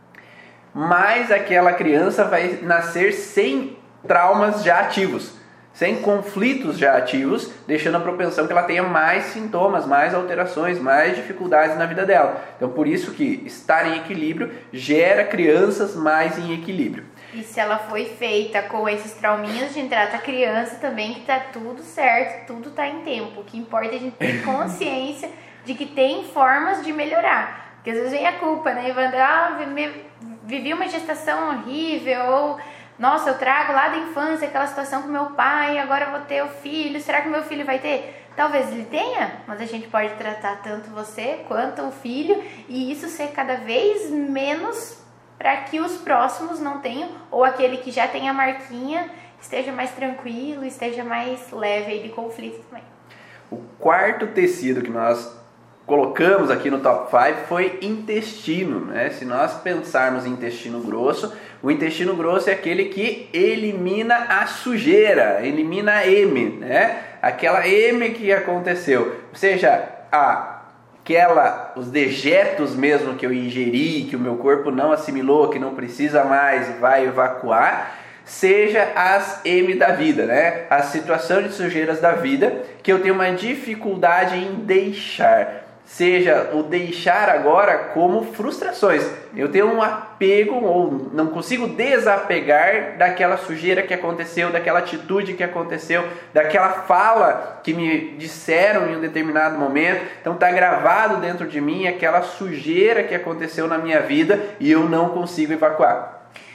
mais aquela criança vai nascer sem traumas já ativos, sem conflitos já ativos, deixando a propensão que ela tenha mais sintomas, mais alterações, mais dificuldades na vida dela. Então por isso que estar em equilíbrio gera crianças mais em equilíbrio. E se ela foi feita com esses trauminhas, a gente trata a criança também que tá tudo certo, tudo tá em tempo. O que importa é a gente ter consciência de que tem formas de melhorar. Porque às vezes vem a culpa, né, Evandra? Vivi uma gestação horrível, ou nossa, eu trago lá da infância aquela situação com meu pai, agora eu vou ter o filho, será que meu filho vai ter? Talvez ele tenha, mas a gente pode tratar tanto você quanto o filho e isso ser cada vez menos para que os próximos não tenham, ou aquele que já tem a marquinha esteja mais tranquilo, esteja mais leve aí de conflito também. O quarto tecido que nós colocamos aqui no top 5 foi intestino, né? Se nós pensarmos em intestino grosso, o intestino grosso é aquele que elimina a sujeira, elimina a M, né? Aquela M que aconteceu, seja os dejetos mesmo que eu ingeri, que o meu corpo não assimilou, que não precisa mais e vai evacuar, seja as M da vida, né? A situação de sujeiras da vida que eu tenho uma dificuldade em deixar. seja o deixar agora como frustrações. Eu tenho um apego ou não consigo desapegar daquela sujeira que aconteceu, daquela atitude que aconteceu, daquela fala que me disseram em um determinado momento. Então está gravado dentro de mim aquela sujeira que aconteceu na minha vida e eu não consigo evacuar.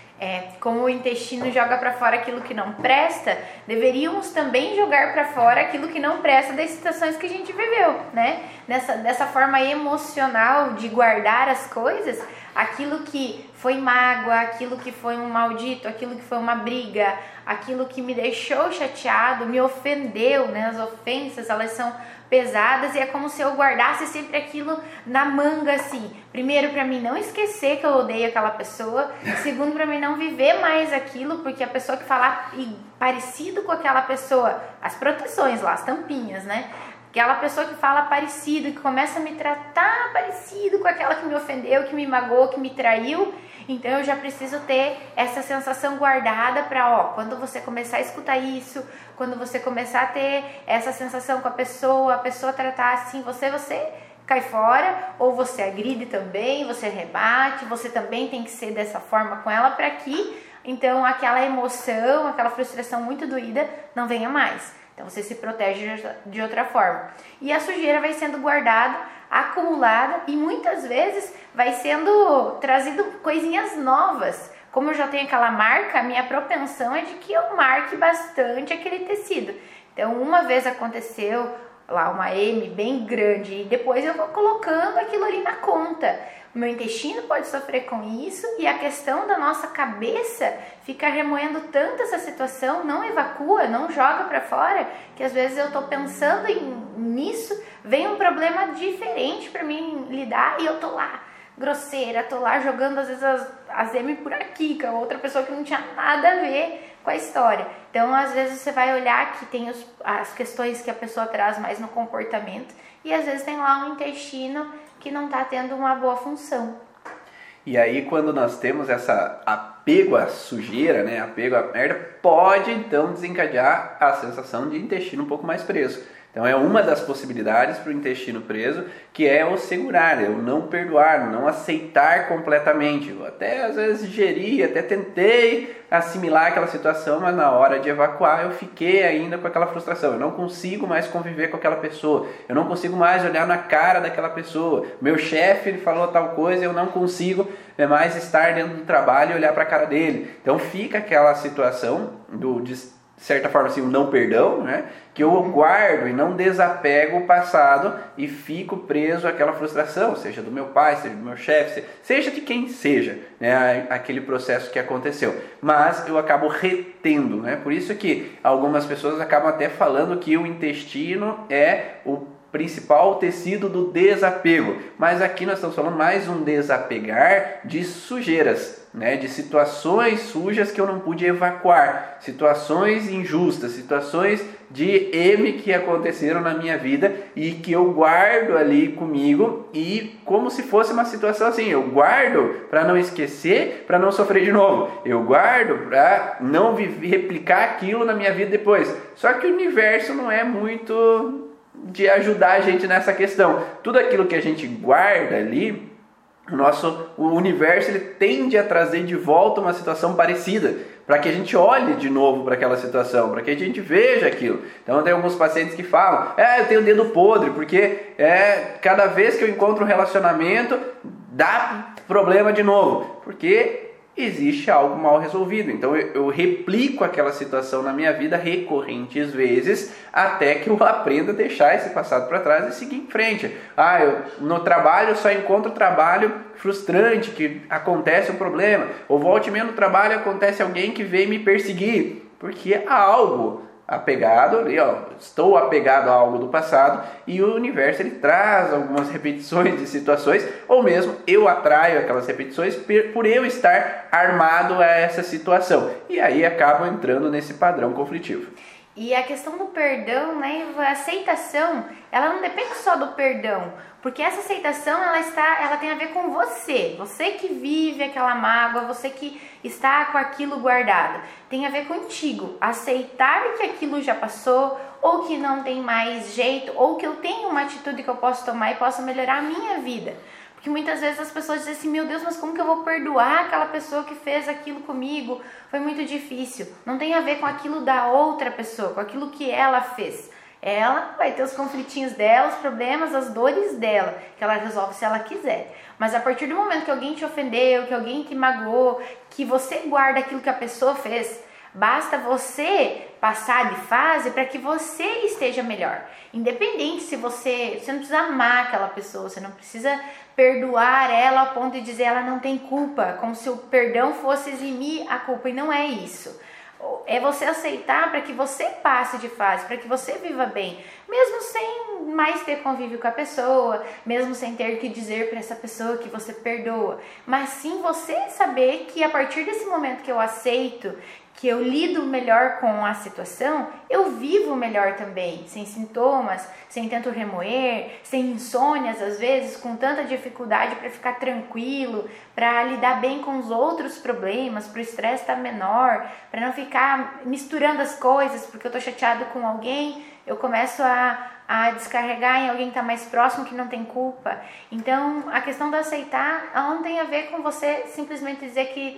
Como o intestino joga para fora aquilo que não presta, deveríamos também jogar para fora aquilo que não presta das situações que a gente viveu, né? Dessa forma emocional de guardar as coisas, aquilo que foi mágoa, aquilo que foi um maldito, aquilo que foi uma briga, aquilo que me deixou chateado, me ofendeu, né? As ofensas, elas são pesadas e é como se eu guardasse sempre aquilo na manga, assim. Primeiro, para mim não esquecer que eu odeio aquela pessoa. Segundo, para mim não viver mais aquilo, porque a pessoa que falar parecido com aquela pessoa, as proteções lá, as tampinhas, né? Aquela pessoa que fala parecido, que começa a me tratar parecido com aquela que me ofendeu, que me magoou, que me traiu. Então eu já preciso ter essa sensação guardada para, quando você começar a escutar isso, quando você começar a ter essa sensação com a pessoa tratar assim, você cai fora, ou você agride também, você rebate, você também tem que ser dessa forma com ela para que, então, aquela emoção, aquela frustração muito doída não venha mais. Então você se protege de outra forma. E a sujeira vai sendo guardada, acumulada e muitas vezes vai sendo trazido coisinhas novas. Como eu já tenho aquela marca, a minha propensão é de que eu marque bastante aquele tecido. Então uma vez aconteceu lá uma M bem grande e depois eu vou colocando aquilo ali na conta. O meu intestino pode sofrer com isso e a questão da nossa cabeça fica remoendo tanto essa situação, não evacua, não joga para fora, que às vezes eu tô pensando nisso, vem um problema diferente para mim lidar e eu tô lá grosseira, tô lá jogando às vezes as M por aqui, com a outra pessoa que não tinha nada a ver com a história. Então, às vezes você vai olhar que tem as questões que a pessoa traz mais no comportamento e às vezes tem lá um intestino que não está tendo uma boa função. E aí, quando nós temos essa apego à sujeira, né, apego à merda, pode então desencadear a sensação de intestino um pouco mais preso. Então é uma das possibilidades para o intestino preso, que é o segurar, eu não perdoar, não aceitar completamente. Eu até às vezes digeri, até tentei assimilar aquela situação, mas na hora de evacuar eu fiquei ainda com aquela frustração. Eu não consigo mais conviver com aquela pessoa, eu não consigo mais olhar na cara daquela pessoa. Meu chefe falou tal coisa, eu não consigo mais estar dentro do trabalho e olhar para a cara dele. Então fica aquela situação de certa forma assim, o não perdão, né? Que eu guardo e não desapego o passado e fico preso àquela frustração, seja do meu pai, seja do meu chefe, seja de quem seja, né? Aquele processo que aconteceu. Mas eu acabo retendo, né? Por isso que algumas pessoas acabam até falando que o intestino é o principal tecido do desapego. Mas aqui nós estamos falando mais um desapegar de sujeiras, né? De situações sujas que eu não pude evacuar, situações injustas, situações de M que aconteceram na minha vida e que eu guardo ali comigo e como se fosse uma situação assim, eu guardo para não esquecer, para não sofrer de novo, eu guardo para não replicar aquilo na minha vida depois. Só que o universo não é muito de ajudar a gente nessa questão. Tudo aquilo que a gente guarda ali, o universo ele tende a trazer de volta uma situação parecida, para que a gente olhe de novo para aquela situação, para que a gente veja aquilo. Então tem alguns pacientes que falam, eu tenho o dedo podre, porque cada vez que eu encontro um relacionamento, dá problema de novo, porque existe algo mal resolvido. Então eu replico aquela situação na minha vida recorrentes vezes, até que eu aprenda a deixar esse passado para trás e seguir em frente. No trabalho eu só encontro trabalho frustrante, que acontece um problema, ou volte mesmo no trabalho acontece alguém que veio me perseguir, porque há algo apegado ali, estou apegado a algo do passado e o universo ele traz algumas repetições de situações, ou mesmo eu atraio aquelas repetições por eu estar armado a essa situação, e aí acabo entrando nesse padrão conflitivo. E a questão do perdão, né, a aceitação, ela não depende só do perdão, porque essa aceitação ela tem a ver com você que vive aquela mágoa, você que está com aquilo guardado, tem a ver contigo, aceitar que aquilo já passou, ou que não tem mais jeito, ou que eu tenho uma atitude que eu posso tomar e possa melhorar a minha vida. Porque muitas vezes as pessoas dizem assim, meu Deus, mas como que eu vou perdoar aquela pessoa que fez aquilo comigo? Foi muito difícil. Não tem a ver com aquilo da outra pessoa, com aquilo que ela fez. Ela vai ter os conflitinhos dela, os problemas, as dores dela, que ela resolve se ela quiser. Mas a partir do momento que alguém te ofendeu, que alguém te magoou, que você guarda aquilo que a pessoa fez, basta você passar de fase para que você esteja melhor. Independente se você não precisa amar aquela pessoa, você não precisa perdoar ela ao ponto de dizer ela não tem culpa, como se o perdão fosse eximir a culpa, e não é isso. É você aceitar para que você passe de fase, para que você viva bem, mesmo sem mais ter convívio com a pessoa, mesmo sem ter que dizer para essa pessoa que você perdoa, mas sim você saber que a partir desse momento que eu aceito, que eu lido melhor com a situação, eu vivo melhor também, sem sintomas, sem tanto remoer, sem insônias às vezes, com tanta dificuldade para ficar tranquilo, para lidar bem com os outros problemas, para o estresse estar menor, para não ficar misturando as coisas, porque eu estou chateado com alguém, eu começo a descarregar em alguém que está mais próximo, que não tem culpa. Então, a questão do aceitar, ela não tem a ver com você simplesmente dizer que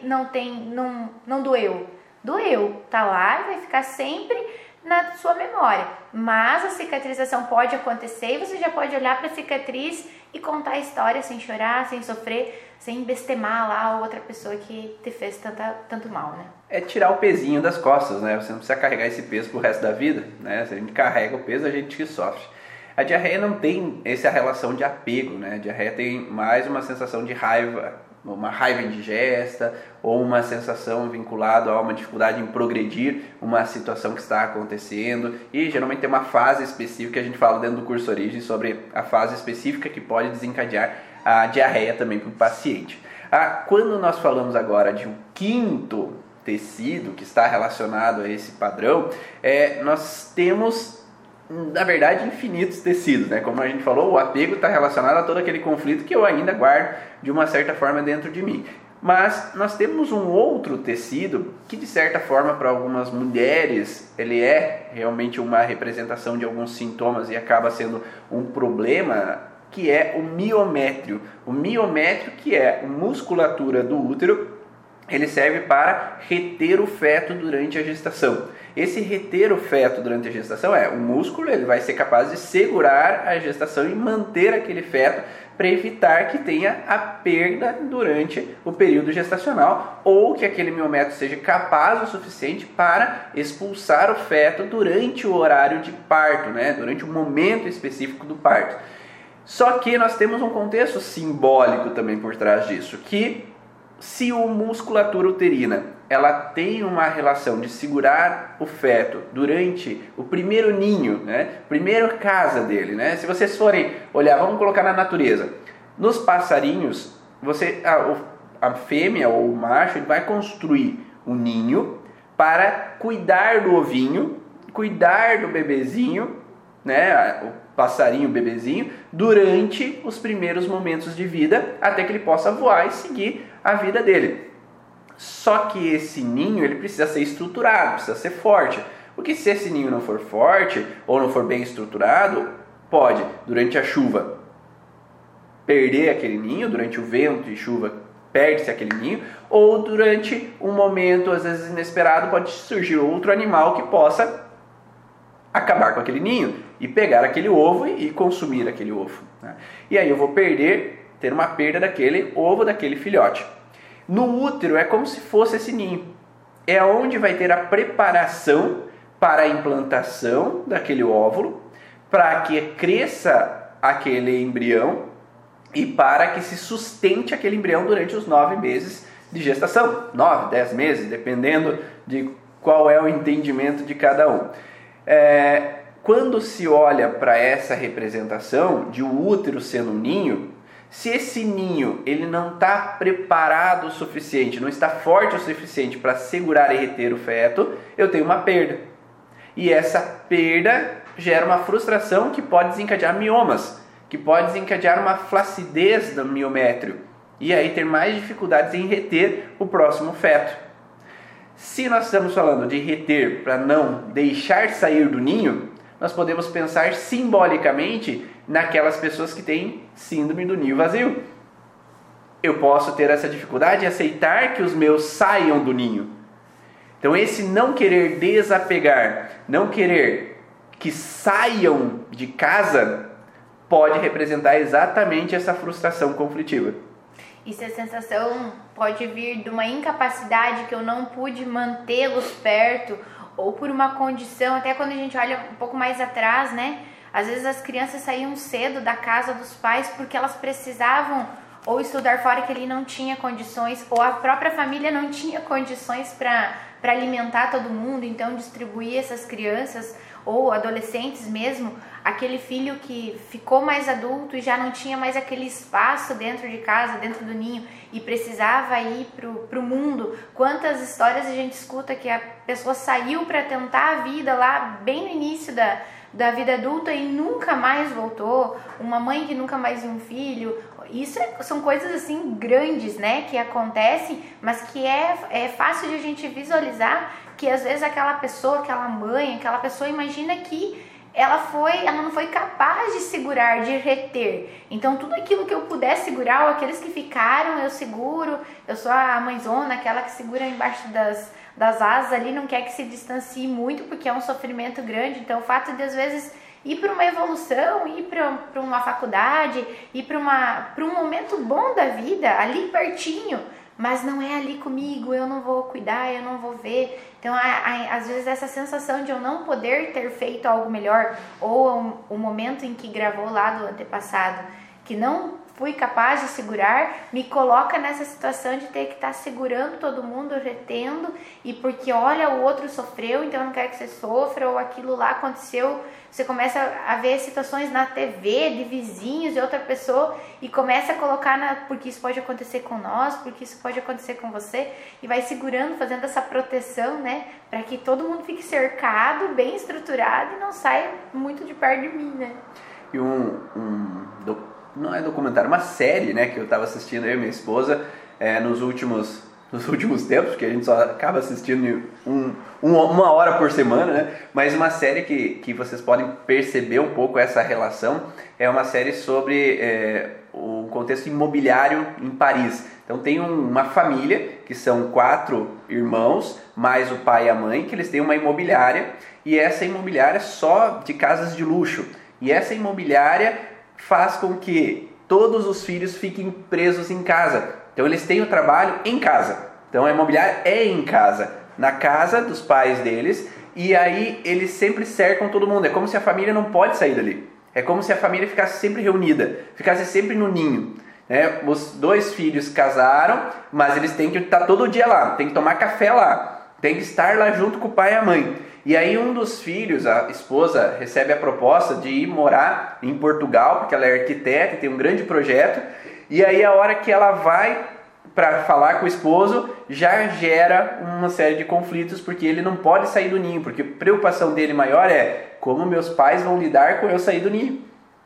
não doeu. Doeu, tá lá e vai ficar sempre na sua memória, mas a cicatrização pode acontecer e você já pode olhar para a cicatriz e contar a história sem chorar, sem sofrer, sem bestemar lá a outra pessoa que te fez tanto mal, né? É tirar o pezinho das costas, né? Você não precisa carregar esse peso pro resto da vida, né? Se a gente carrega o peso, a gente que sofre. A diarreia não tem essa relação de apego, né? A diarreia tem mais uma sensação de raiva, uma raiva indigesta, ou uma sensação vinculada a uma dificuldade em progredir uma situação que está acontecendo, e geralmente tem uma fase específica, a gente fala dentro do curso Origem sobre a fase específica que pode desencadear a diarreia também para o paciente. Quando nós falamos agora de um quinto tecido que está relacionado a esse padrão, nós temos, na verdade, infinitos tecidos, né? Como a gente falou, o apego está relacionado a todo aquele conflito que eu ainda guardo de uma certa forma dentro de mim. Mas nós temos um outro tecido que, de certa forma, para algumas mulheres, ele é realmente uma representação de alguns sintomas e acaba sendo um problema, que é o miométrio. O miométrio, que é a musculatura do útero, ele serve para reter o feto durante a gestação. Esse reter o feto durante a gestação o músculo, ele vai ser capaz de segurar a gestação e manter aquele feto para evitar que tenha a perda durante o período gestacional, ou que aquele miométrio seja capaz o suficiente para expulsar o feto durante o horário de parto, né? Durante o momento específico do parto. Só que nós temos um contexto simbólico também por trás disso, que se a musculatura uterina ela tem uma relação de segurar o feto durante o primeiro ninho, né? Primeira casa dele, né? Se vocês forem olhar, vamos colocar na natureza, nos passarinhos, a fêmea ou o macho, ele vai construir um ninho para cuidar do ovinho, cuidar do bebezinho, né? O passarinho, o bebezinho, durante os primeiros momentos de vida, até que ele possa voar e seguir a vida dele. Só que esse ninho, ele precisa ser estruturado, precisa ser forte. Porque se esse ninho não for forte, ou não for bem estruturado, pode, durante a chuva, perder aquele ninho, durante o vento e chuva, perde-se aquele ninho, ou durante um momento, às vezes inesperado, pode surgir outro animal que possa acabar com aquele ninho e pegar aquele ovo e consumir aquele ovo, né? E aí eu vou ter uma perda daquele ovo, daquele filhote. No útero é como se fosse esse ninho. É onde vai ter a preparação para a implantação daquele óvulo, para que cresça aquele embrião e para que se sustente aquele embrião durante os 9 meses de gestação. 9, 10 meses, dependendo de qual é o entendimento de cada um. Quando se olha para essa representação de o útero sendo um ninho, se esse ninho ele não está preparado o suficiente, não está forte o suficiente para segurar e reter o feto, eu tenho uma perda. E essa perda gera uma frustração que pode desencadear miomas, que pode desencadear uma flacidez do miométrio, e aí ter mais dificuldades em reter o próximo feto. Se nós estamos falando de reter para não deixar sair do ninho, nós podemos pensar simbolicamente naquelas pessoas que têm síndrome do ninho vazio. Eu posso ter essa dificuldade em aceitar que os meus saiam do ninho. Então esse não querer desapegar, não querer que saiam de casa, pode representar exatamente essa frustração conflitiva. E se a sensação pode vir de uma incapacidade que eu não pude mantê-los perto, ou por uma condição, até quando a gente olha um pouco mais atrás, né? Às vezes as crianças saíam cedo da casa dos pais porque elas precisavam ou estudar fora, que ele não tinha condições, ou a própria família não tinha condições para alimentar todo mundo, então distribuir essas crianças ou adolescentes mesmo, aquele filho que ficou mais adulto e já não tinha mais aquele espaço dentro de casa, dentro do ninho, e precisava ir pro mundo. Quantas histórias a gente escuta que a pessoa saiu para tentar a vida lá bem no início da vida adulta e nunca mais voltou, uma mãe que nunca mais viu um filho. Isso são coisas assim grandes, né, que acontecem, mas que é fácil de a gente visualizar, que às vezes aquela pessoa, aquela mãe, aquela pessoa imagina que ela não foi capaz de segurar, de reter. Então tudo aquilo que eu puder segurar, ou aqueles que ficaram, eu seguro. Eu sou a mãezona, aquela que segura embaixo das asas ali, não quer que se distancie muito, porque é um sofrimento grande. Então o fato de às vezes ir para uma evolução, ir para uma faculdade, ir para um momento bom da vida, ali pertinho, mas não é ali comigo, eu não vou cuidar, eu não vou ver. Então, às vezes, essa sensação de eu não poder ter feito algo melhor, ou o momento em que gravou lá do antepassado, que não fui capaz de segurar, me coloca nessa situação de ter que estar segurando todo mundo, retendo, e porque olha, o outro sofreu, então eu não quero que você sofra, ou aquilo lá aconteceu. Você começa a ver situações na TV de vizinhos, de outra pessoa, e começa a colocar porque isso pode acontecer com nós, porque isso pode acontecer com você, e vai segurando, fazendo essa proteção, né, para que todo mundo fique cercado, bem estruturado, e não saia muito de perto de mim, né. E não é documentário, uma série, né, que eu estava assistindo, eu e minha esposa, nos últimos tempos, porque a gente só acaba assistindo uma hora por semana, né? Mas uma série que vocês podem perceber um pouco essa relação, é uma série sobre o contexto imobiliário em Paris. Então tem uma família, que são 4 irmãos, mais o pai e a mãe, que eles têm uma imobiliária, e essa imobiliária é só de casas de luxo. E essa imobiliária faz com que todos os filhos fiquem presos em casa. Então eles têm o trabalho em casa. Então a imobiliária é em casa, na casa dos pais deles, e aí eles sempre cercam todo mundo. É como se a família não pode sair dali. É como se a família ficasse sempre reunida, ficasse sempre no ninho. Né? Os 2 filhos casaram, mas eles têm que estar todo dia lá, tem que tomar café lá, tem que estar lá junto com o pai e a mãe. E aí um dos filhos, a esposa, recebe a proposta de ir morar em Portugal, porque ela é arquiteta e tem um grande projeto. E aí a hora que ela vai para falar com o esposo, já gera uma série de conflitos, porque ele não pode sair do ninho, porque a preocupação dele maior é como meus pais vão lidar com eu sair do ninho.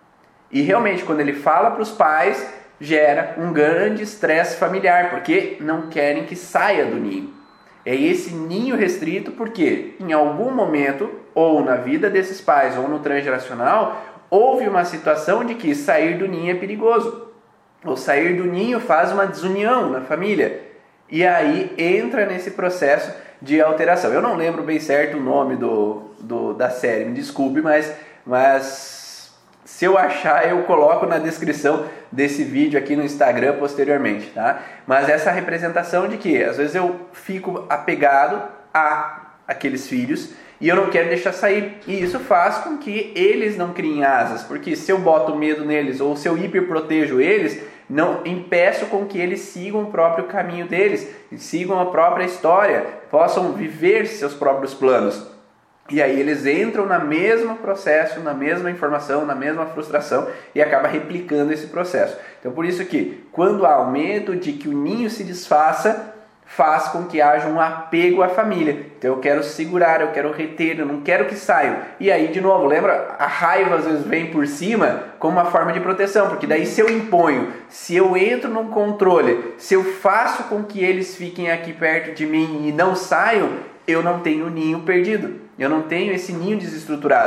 E realmente, quando ele fala para os pais, gera um grande estresse familiar, porque não querem que saia do ninho. É esse ninho restrito porque em algum momento, ou na vida desses pais, ou no transgeracional, houve uma situação de que sair do ninho é perigoso. Ou sair do ninho faz uma desunião na família. E aí entra nesse processo de alteração. Eu não lembro bem certo o nome da série, me desculpe, mas se eu achar, eu coloco na descrição desse vídeo aqui no Instagram posteriormente, tá? Mas essa representação de que às vezes eu fico apegado a aqueles filhos e eu não quero deixar sair. E isso faz com que eles não criem asas, porque se eu boto medo neles ou se eu hiperprotejo eles, não impeço com que eles sigam o próprio caminho deles, sigam a própria história, possam viver seus próprios planos. E aí eles entram no mesmo processo, na mesma informação, na mesma frustração e acaba replicando esse processo. Então por isso que quando há o medo de que o ninho se desfaça, faz com que haja um apego à família. Então eu quero segurar, eu quero reter, eu não quero que saiam. E aí de novo, lembra? A raiva às vezes vem por cima como uma forma de proteção, porque daí se eu imponho, se eu entro num controle, se eu faço com que eles fiquem aqui perto de mim e não saiam, eu não tenho o ninho perdido. Eu não tenho esse ninho desestruturado.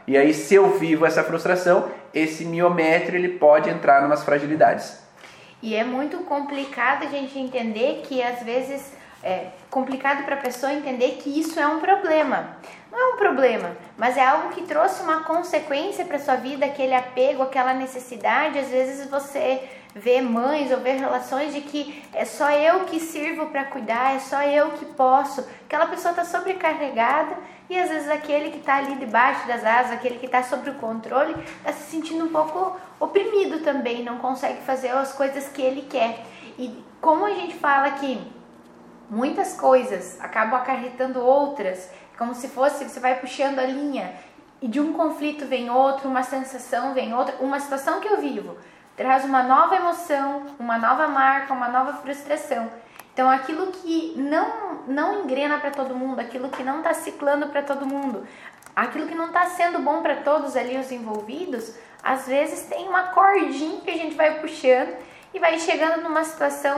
E aí, se eu vivo essa frustração, esse miométrio ele pode entrar em umas fragilidades. E é muito complicado a gente entender que, às vezes, é complicado para a pessoa entender que isso é um problema. Não é um problema, mas é algo que trouxe uma consequência para sua vida, aquele apego, aquela necessidade. Às vezes você vê mães ou vê relações de que é só eu que sirvo para cuidar, é só eu que posso. Aquela pessoa está sobrecarregada e às vezes aquele que está ali debaixo das asas, aquele que está sob o controle, está se sentindo um pouco oprimido também, não consegue fazer as coisas que ele quer. E como a gente fala que muitas coisas acabam acarretando outras, como se fosse, você vai puxando a linha e de um conflito vem outro, uma sensação vem outra, uma situação que eu vivo traz uma nova emoção, uma nova marca, uma nova frustração. Então aquilo que não engrena para todo mundo, aquilo que não está ciclando para todo mundo, aquilo que não está sendo bom para todos ali os envolvidos, às vezes tem uma cordinha que a gente vai puxando e vai chegando numa situação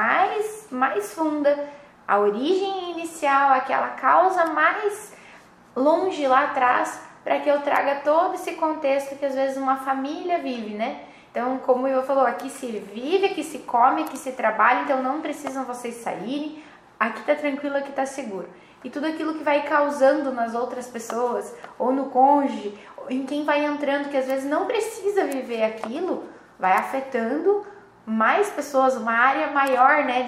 mais funda, a origem inicial, aquela causa mais longe lá atrás, para que eu traga todo esse contexto que às vezes uma família vive, né? Então, como eu falou, aqui se vive, aqui se come, aqui se trabalha, então não precisam vocês saírem, aqui tá tranquilo, aqui tá seguro. E tudo aquilo que vai causando nas outras pessoas, ou no cônjuge, ou em quem vai entrando, que às vezes não precisa viver aquilo, vai afetando mais pessoas, uma área maior, né,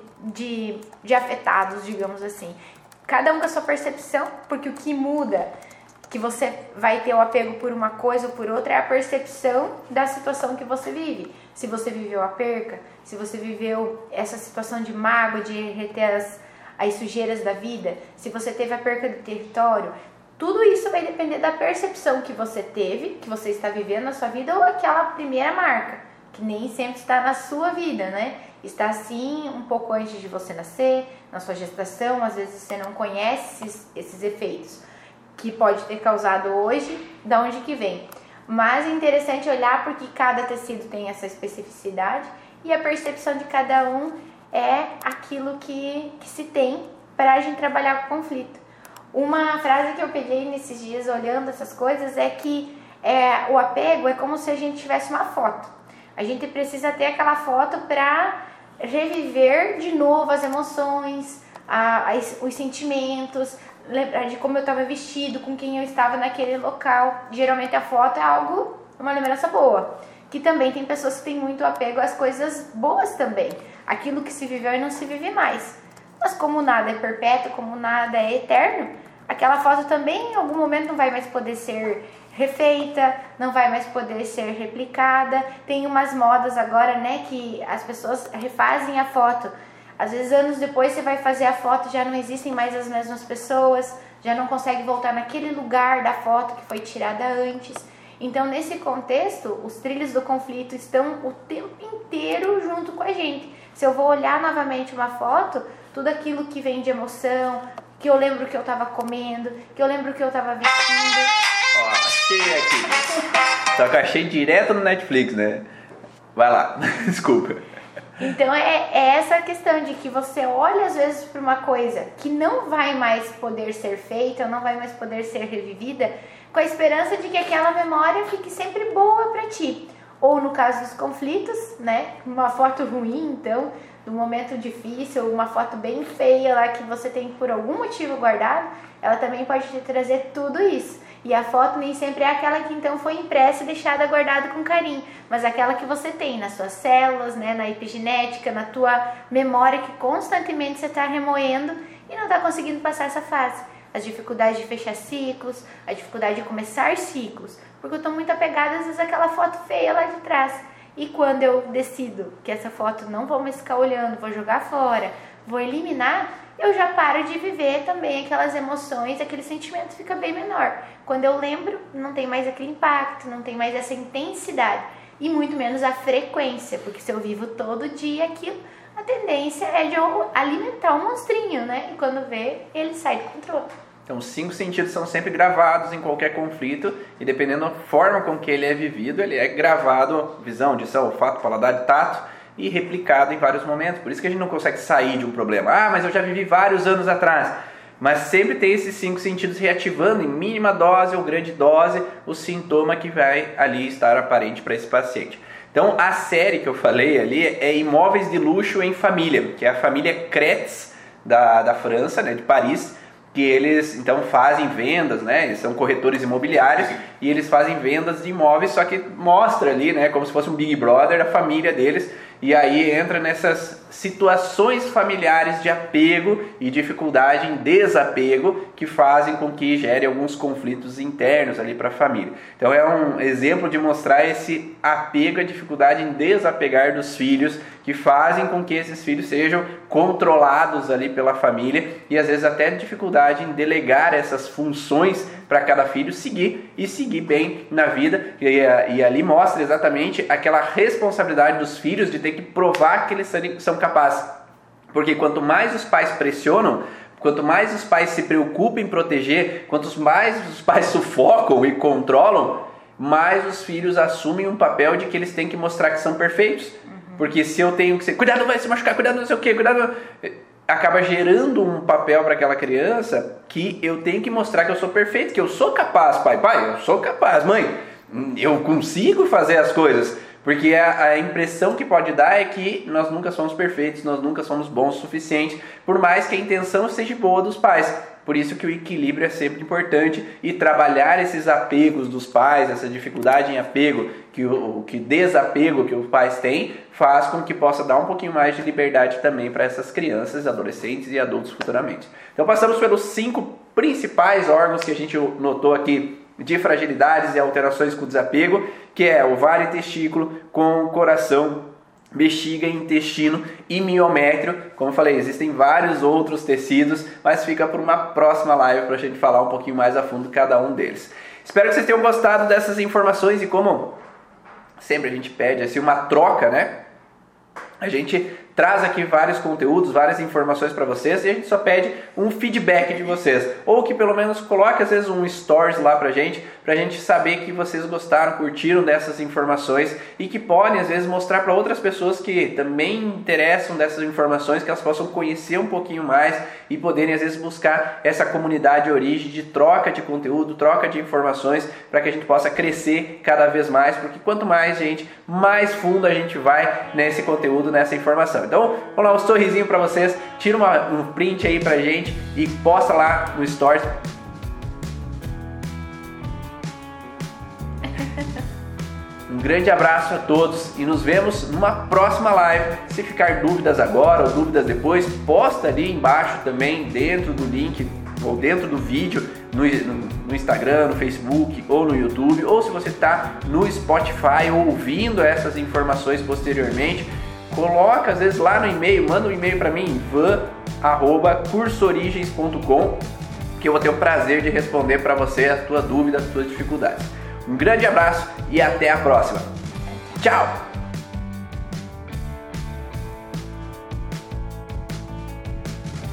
de afetados, digamos assim. Cada um com a sua percepção, porque o que muda, que você vai ter o apego por uma coisa ou por outra, é a percepção da situação que você vive. Se você viveu a perca, se você viveu essa situação de mágoa, de reter as sujeiras da vida, se você teve a perca do território, tudo isso vai depender da percepção que você teve, que você está vivendo na sua vida, ou aquela primeira marca, que nem sempre está na sua vida, né? Está assim um pouco antes de você nascer, na sua gestação, às vezes você não conhece esses efeitos que pode ter causado hoje, da onde que vem. Mas é interessante olhar porque cada tecido tem essa especificidade e a percepção de cada um é aquilo que se tem para a gente trabalhar com o conflito. Uma frase que eu peguei nesses dias olhando essas coisas é que o apego é como se a gente tivesse uma foto. A gente precisa ter aquela foto para reviver de novo as emoções, os sentimentos, lembrar de como eu estava vestido, com quem eu estava naquele local. Geralmente a foto é uma lembrança boa. Que também tem pessoas que têm muito apego às coisas boas também. Aquilo que se viveu e não se vive mais. Mas como nada é perpétuo, como nada é eterno, aquela foto também em algum momento não vai mais poder ser refeita, não vai mais poder ser replicada. Tem umas modas agora, né, que as pessoas refazem a foto. Às vezes anos depois você vai fazer a foto, já não existem mais as mesmas pessoas, já não consegue voltar naquele lugar da foto que foi tirada antes. Então nesse contexto, os trilhos do conflito estão o tempo inteiro junto com a gente. Se eu vou olhar novamente uma foto, tudo aquilo que vem de emoção, que eu lembro que eu estava comendo, que eu lembro que eu estava vestindo. Ó, achei aqui. Só que achei direto no Netflix, né? Vai lá, desculpa. Então é essa questão de que você olha às vezes para uma coisa que não vai mais poder ser feita, não vai mais poder ser revivida, com a esperança de que aquela memória fique sempre boa para ti. Ou no caso dos conflitos, né? Uma foto ruim, então, de um momento difícil, uma foto bem feia lá que você tem por algum motivo guardado, ela também pode te trazer tudo isso. E a foto nem sempre é aquela que então foi impressa e deixada guardada com carinho, mas aquela que você tem nas suas células, né, na epigenética, na tua memória que constantemente você está remoendo e não está conseguindo passar essa fase. As dificuldades de fechar ciclos, a dificuldade de começar ciclos, porque eu estou muito apegada às vezes àquela foto feia lá de trás. E quando eu decido que essa foto não vou mais ficar olhando, vou jogar fora, vou eliminar, eu já paro de viver também aquelas emoções, aquele sentimento fica bem menor. Quando eu lembro, não tem mais aquele impacto, não tem mais essa intensidade e muito menos a frequência, porque se eu vivo todo dia aquilo, a tendência é de eu alimentar um monstrinho, né? E quando vê, ele sai do controle. Então, os 5 sentidos são sempre gravados em qualquer conflito e dependendo da forma com que ele é vivido, ele é gravado, visão, audição, olfato, paladar e tato, e replicado em vários momentos. Por isso que a gente não consegue sair de um problema. Ah, mas eu já vivi vários anos atrás. mas sempre tem esses 5 sentidos reativando em mínima dose ou grande dose o sintoma que vai ali estar aparente para esse paciente. Então a série que eu falei ali é Imóveis de Luxo em Família, que é a família Kretz da França, né, de Paris, que eles então fazem vendas, né? Eles são corretores imobiliários e eles fazem vendas de imóveis, só que mostra ali, né, como se fosse um Big Brother, a família deles, e aí entra nessas situações familiares de apego e dificuldade em desapego que fazem com que gere alguns conflitos internos ali para a família. Então é um exemplo de mostrar esse apego, a dificuldade em desapegar dos filhos, que fazem com que esses filhos sejam controlados ali pela família e às vezes até dificuldade em delegar essas funções para cada filho seguir bem na vida, e ali mostra exatamente aquela responsabilidade dos filhos de ter que provar que eles são capazes, porque quanto mais os pais pressionam, quanto mais os pais se preocupam em proteger, quanto mais os pais sufocam e controlam, mais os filhos assumem um papel de que eles têm que mostrar que são perfeitos. Porque se eu tenho que ser, cuidado, vai se machucar, cuidado, não sei o que, cuidado, acaba gerando um papel para aquela criança que eu tenho que mostrar que eu sou perfeito, que eu sou capaz, pai, eu sou capaz, mãe, eu consigo fazer as coisas. Porque a impressão que pode dar é que nós nunca somos perfeitos, nós nunca somos bons o suficiente, por mais que a intenção seja boa dos pais. Por isso que o equilíbrio é sempre importante, e trabalhar esses apegos dos pais, essa dificuldade em apego, que desapego que os pais têm, faz com que possa dar um pouquinho mais de liberdade também para essas crianças, adolescentes e adultos futuramente. Então passamos pelos 5 principais órgãos que a gente notou aqui de fragilidades e alterações com desapego, que é ovário e testículo, com coração, bexiga, intestino e miométrio. Como eu falei, existem vários outros tecidos, mas fica para uma próxima live para a gente falar um pouquinho mais a fundo cada um deles. Espero que vocês tenham gostado dessas informações, e como sempre a gente pede assim, uma troca, né? A gente traz aqui vários conteúdos, várias informações para vocês, e a gente só pede um feedback de vocês, ou que pelo menos coloque às vezes um stories lá pra gente saber que vocês gostaram, curtiram dessas informações, e que podem às vezes mostrar para outras pessoas que também interessam dessas informações, que elas possam conhecer um pouquinho mais e poderem às vezes buscar essa comunidade de origem, de troca de conteúdo, troca de informações, para que a gente possa crescer cada vez mais, porque quanto mais gente, mais fundo a gente vai nesse conteúdo, nessa informação. Então, vamos lá, um sorrisinho para vocês, tira um print aí pra gente e posta lá no Stories. Um grande abraço a todos e nos vemos numa próxima live. Se ficar dúvidas agora ou dúvidas depois, posta ali embaixo também, dentro do link ou dentro do vídeo, no Instagram, no Facebook ou no YouTube, ou se você está no Spotify ouvindo essas informações posteriormente, coloca às vezes lá no e-mail, manda um e-mail para mim, van@cursoorigens.com, que eu vou ter o prazer de responder para você as tuas dúvidas, as tuas dificuldades. Um grande abraço e até a próxima. Tchau!